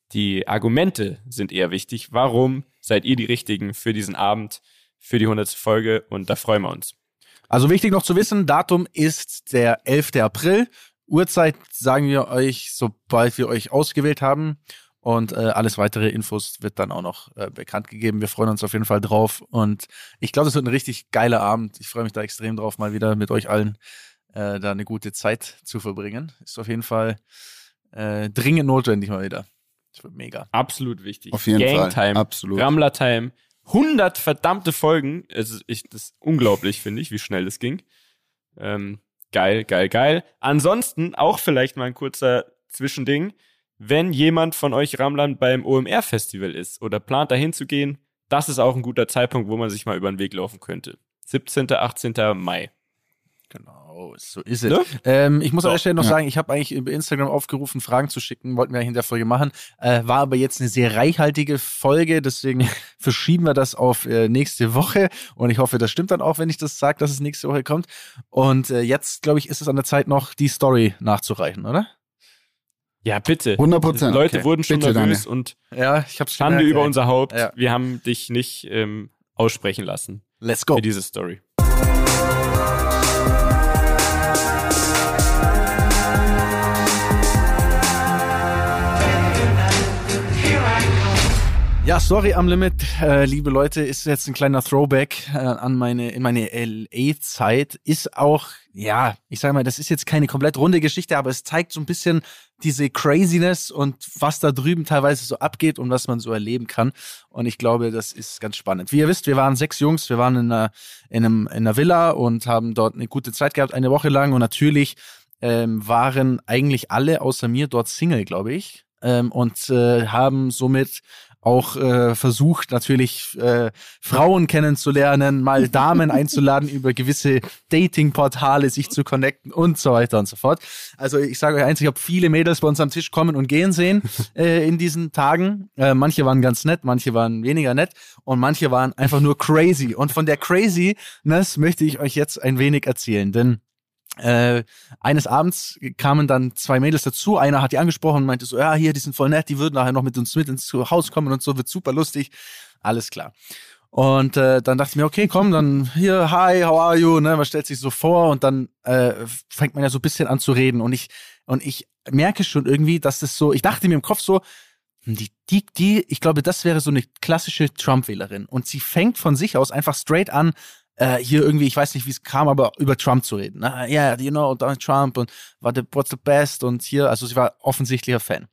Die Argumente sind eher wichtig. Warum seid ihr die Richtigen für diesen Abend, für die hundertste Folge? Und da freuen wir uns. Also wichtig noch zu wissen, Datum ist der elfter April. Uhrzeit sagen wir euch, sobald wir euch ausgewählt haben. Und äh, alles weitere Infos wird dann auch noch äh, bekannt gegeben. Wir freuen uns auf jeden Fall drauf. Und ich glaube, es wird ein richtig geiler Abend. Ich freue mich da extrem drauf, mal wieder mit euch allen äh, da eine gute Zeit zu verbringen. Ist auf jeden Fall äh, dringend notwendig mal wieder. Das wird mega. Absolut wichtig. Auf jeden Gang Fall. Time, Absolut. Rammler-Time. hundert verdammte Folgen. Es ist, ich, das ist unglaublich, finde ich, wie schnell das ging. Ähm, geil, geil, geil. Ansonsten auch vielleicht mal ein kurzer Zwischending. Wenn jemand von euch Rammlern beim O M R-Festival ist oder plant, dahin zu gehen, das ist auch ein guter Zeitpunkt, wo man sich mal über den Weg laufen könnte. siebzehnter, achtzehnter Mai. Genau, so ist es. Ne? Ähm, ich muss So, an der Stelle noch ja. sagen, ich habe eigentlich über Instagram aufgerufen, Fragen zu schicken, wollten wir eigentlich in der Folge machen, äh, war aber jetzt eine sehr reichhaltige Folge, deswegen verschieben wir das auf äh, nächste Woche und ich hoffe, das stimmt dann auch, wenn ich das sage, dass es nächste Woche kommt. Und äh, jetzt, glaube ich, ist es an der Zeit noch, die Story nachzureichen, oder? Ja, bitte. hundert Prozent. Leute Okay. wurden schon Bitte, nervös Daniel. und Ja, ich hab's Schande gemerkt, über ey. unser Haupt. Ja. Wir haben dich nicht ähm, aussprechen lassen Let's go. für diese Story. Ja, Story am Limit, äh, liebe Leute, ist jetzt ein kleiner Throwback äh, an meine in meine L A-Zeit. Ist auch, ja, ich sag mal, das ist jetzt keine komplett runde Geschichte, aber es zeigt so ein bisschen diese Craziness und was da drüben teilweise so abgeht und was man so erleben kann. Und ich glaube, das ist ganz spannend. Wie ihr wisst, wir waren sechs Jungs, wir waren in einer, in einem, in einer Villa und haben dort eine gute Zeit gehabt, eine Woche lang. Und natürlich ähm, waren eigentlich alle außer mir dort Single, glaube ich, ähm, und äh, haben somit auch äh, versucht, natürlich äh, Frauen kennenzulernen, mal Damen einzuladen, über gewisse Dating-Portale sich zu connecten und so weiter und so fort. Also ich sage euch eins, ich habe viele Mädels bei uns am Tisch kommen und gehen sehen äh, in diesen Tagen. Äh, manche waren ganz nett, manche waren weniger nett und manche waren einfach nur crazy. Und von der Craziness möchte ich euch jetzt ein wenig erzählen, denn Äh, eines Abends kamen dann zwei Mädels dazu, einer hat die angesprochen und meinte so, ja, hier, die sind voll nett, die würden nachher noch mit uns mit ins Haus kommen und so, wird super lustig, alles klar. Und äh, dann dachte ich mir, okay, komm, dann hier, hi, how are you, ne, man stellt sich so vor und dann äh, fängt man ja so ein bisschen an zu reden und ich und ich merke schon irgendwie, dass das so, ich dachte mir im Kopf so, die, die, die, ich glaube, das wäre so eine klassische Trump-Wählerin und sie fängt von sich aus einfach straight an, Äh, hier irgendwie, ich weiß nicht, wie es kam, aber über Trump zu reden. Ja, yeah, you know, Donald Trump und war the, what's the best und hier, also sie war offensichtlicher Fan.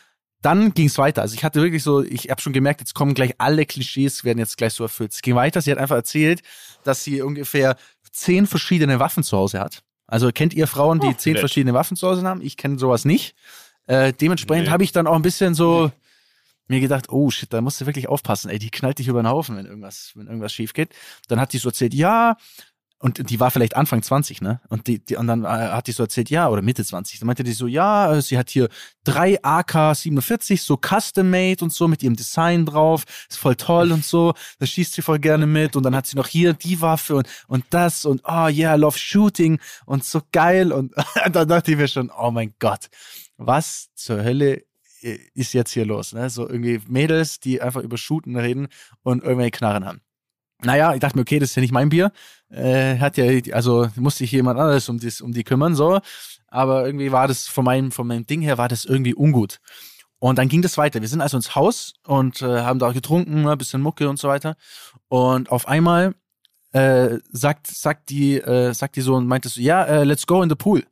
Dann ging es weiter. Also ich hatte wirklich so, ich habe schon gemerkt, jetzt kommen gleich alle Klischees, werden jetzt gleich so erfüllt. Es ging weiter, sie hat einfach erzählt, dass sie ungefähr zehn verschiedene Waffen zu Hause hat. Also kennt ihr Frauen, die Oh, zehn nett. verschiedene Waffen zu Hause haben? Ich kenne sowas nicht. Äh, dementsprechend Nee. habe ich dann auch ein bisschen so mir gedacht, oh shit, da musst du wirklich aufpassen, ey, die knallt dich über den Haufen, wenn irgendwas, wenn irgendwas schief geht. Dann hat die so erzählt, ja, und die war vielleicht Anfang zwanzig, ne? Und die, die und dann äh, hat die so erzählt, ja, oder Mitte zwanzig. Dann meinte die so, ja, äh, sie hat hier drei A K siebenundvierzig, so custom-made und so, mit ihrem Design drauf, ist voll toll und so, da schießt sie voll gerne mit und dann hat sie noch hier die Waffe und, und das und, oh yeah, I love shooting und so geil und dann dachte ich mir schon, oh mein Gott, was zur Hölle ist jetzt hier los, ne? So irgendwie Mädels, die einfach über Shooten reden und irgendwelche Knarren haben. Naja, ich dachte mir, okay, das ist ja nicht mein Bier. Äh, hat ja, also musste sich jemand anderes um, dies, um die kümmern, so. Aber irgendwie war das von meinem, von meinem Ding her, war das irgendwie ungut. Und dann ging das weiter. Wir sind also ins Haus und äh, haben da getrunken, ein bisschen Mucke und so weiter. Und auf einmal äh, sagt, sagt die, äh, sagt die so und meinte so, ja, äh, let's go in the pool.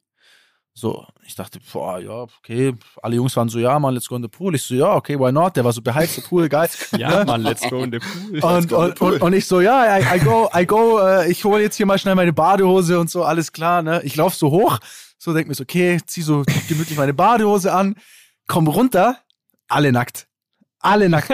So, ich dachte, boah, ja, okay, alle Jungs waren so, ja, man, let's go in the pool. Ich so, ja, okay, why not? Der war so beheizt, der Pool, geil. Ja, Mann, let's go in the pool. Und, und, und, und ich so, ja, I, I go, I go, äh, ich hole jetzt hier mal schnell meine Badehose und so, alles klar, ne? Ich lauf so hoch, so denk mir so, okay, zieh so gemütlich meine Badehose an, komm runter, alle nackt. Alle nackt.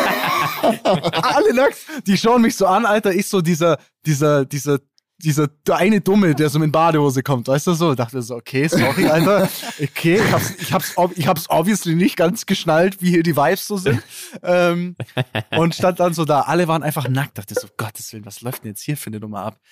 Alle nackt. Die schauen mich so an, Alter, ich so dieser, dieser, dieser, dieser der eine Dumme, der so mit Badehose kommt, weißt du so? Ich dachte so, okay, sorry, Alter. Okay, ich hab's, ich hab's, ich hab's obviously nicht ganz geschnallt, wie hier die Vibes so sind. Ähm, und stand dann so da. Alle waren einfach nackt. Dachte so, Gottes Willen, was läuft denn jetzt hier für eine Nummer ab?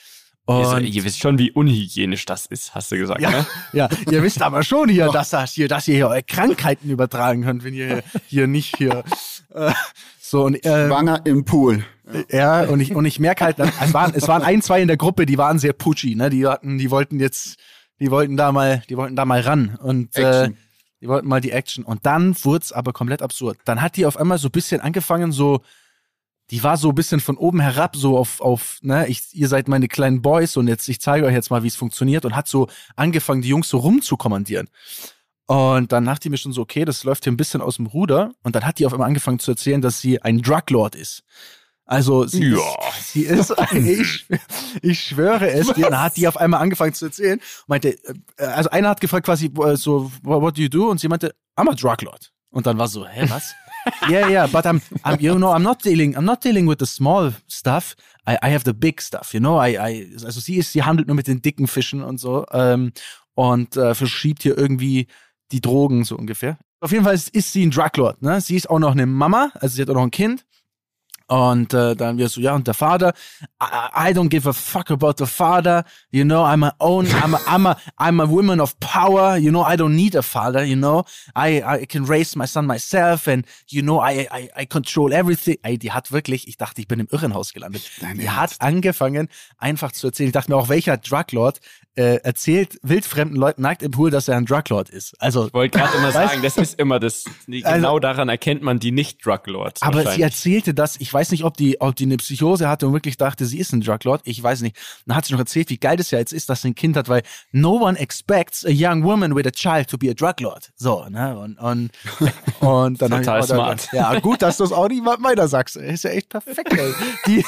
Und ihr, ihr wisst schon, wie unhygienisch das ist, hast du gesagt, ja, ne? ja, ihr wisst aber schon hier, dass, das hier, dass ihr hier eure Krankheiten übertragen könnt, wenn ihr hier, hier nicht hier äh, so und äh, Schwanger im Pool. ja, und ich und ich merke halt, es waren es waren ein, zwei in der Gruppe, die waren sehr pushy, ne? Die hatten, die wollten jetzt, die wollten da mal, die wollten da mal ran und äh, die wollten mal die Action. Und dann wurde es aber komplett absurd. Dann hat die auf einmal so ein bisschen angefangen, so, die war so ein bisschen von oben herab, so auf, auf, ne, ich, ihr seid meine kleinen Boys und jetzt, ich zeige euch jetzt mal, wie es funktioniert und hat so angefangen, die Jungs so rumzukommandieren. Und dann dachte ich mir schon so, okay, das läuft hier ein bisschen aus dem Ruder. Und dann hat die auf einmal angefangen zu erzählen, dass sie ein Druglord ist. Also sie Ja. ist, sie ist, ich, ich schwöre es dir, dann hat die auf einmal angefangen zu erzählen, meinte, äh, also einer hat gefragt quasi äh, so, what do you do? Und sie meinte, I'm a Druglord. Und dann war so, hä, was? Yeah, yeah, but I'm, I'm, you know, I'm not dealing, I'm not dealing with the small stuff. I, I have the big stuff, you know. I, I, also sie ist, sie handelt nur mit den dicken Fischen und so ähm, und äh, verschiebt hier irgendwie die Drogen so ungefähr. Auf jeden Fall ist, ist sie ein Druglord, ne? Sie ist auch noch eine Mama, also sie hat auch noch ein Kind. Und äh, dann wir so, ja, und der Vater, I, I don't give a fuck about the father, you know, I'm my own, I'm a, I'm a, I'm a woman of power, you know, I don't need a father, you know, I, I can raise my son myself and, you know, I, I, I control everything. Ey, die hat wirklich, ich dachte, ich bin im Irrenhaus gelandet. Dein die Ernst? hat angefangen, einfach zu erzählen. Ich dachte mir auch, welcher Druglord äh, erzählt wildfremden Leuten nackt im Pool, dass er ein Druglord ist. Also, Ich wollte gerade immer Weißt- sagen, das ist immer das, genau Also- daran erkennt man die Nicht-Druglords. aber sie wahrscheinlich. erzählte das, ich weiß nicht, ob die, ob die eine Psychose hatte und wirklich dachte, sie ist ein Druglord, ich weiß nicht. Dann hat sie noch erzählt, wie geil das ja jetzt ist, dass sie ein Kind hat, weil no one expects a young woman with a child to be a Druglord. So, ne, und, und, und dann Total hab ich auch smart. gedacht, ja, gut, dass du es auch nicht weiter sagst. Ist ja echt perfekt, ey. Die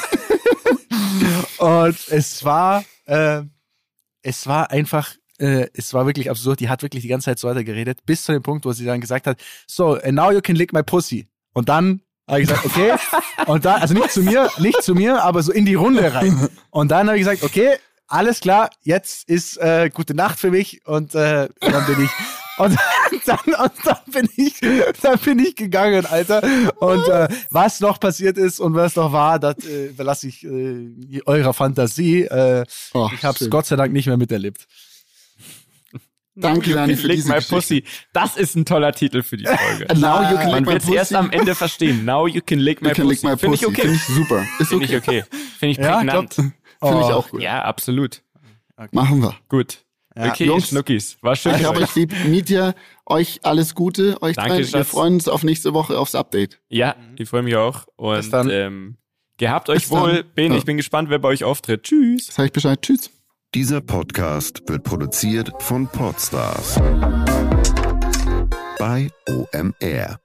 und es war, äh, es war einfach, äh, es war wirklich absurd. Die hat wirklich die ganze Zeit so weiter geredet, bis zu dem Punkt, wo sie dann gesagt hat, so, and now you can lick my pussy. Und dann habe ich gesagt, okay. Und dann, also nicht zu mir, nicht zu mir, aber so in die Runde rein. Und dann habe ich gesagt, okay, alles klar, jetzt ist äh, gute Nacht für mich. Und äh, dann bin ich und dann, und dann bin ich, dann bin ich gegangen, Alter. Und äh, was noch passiert ist und was noch war, das äh, überlasse ich äh, eurer Fantasie. Äh, Oh, ich habe es schön. Gott sei Dank nicht mehr miterlebt. Danke, You Dani, can für lick diese my Geschichte. pussy. Das ist ein toller Titel für die Folge. Now you can Man lick my wird es erst pussy. am Ende verstehen. Now you can lick my You can lick pussy. my Finde ich pussy. okay. Finde ich super. Ist Finde ich okay. okay. Finde ich Ja, prägnant. glaub- Finde ich Oh. auch gut. Ja, absolut. Machen wir. Gut. Ja, okay, Jungs, Schnuckis. War schön. Ich mit habe euch. euch lieb. Mietja, euch alles Gute. Euch Danke, dreien. Wir Schatz. freuen uns auf nächste Woche aufs Update. Ja, ich freue mich auch. Bis Und dann. ähm, gehabt euch Bis dann. wohl. Ben, Ja. ich bin gespannt, wer bei euch auftritt. Tschüss. Sag ich Bescheid. Tschüss. Dieser Podcast wird produziert von Podstars bei O M R.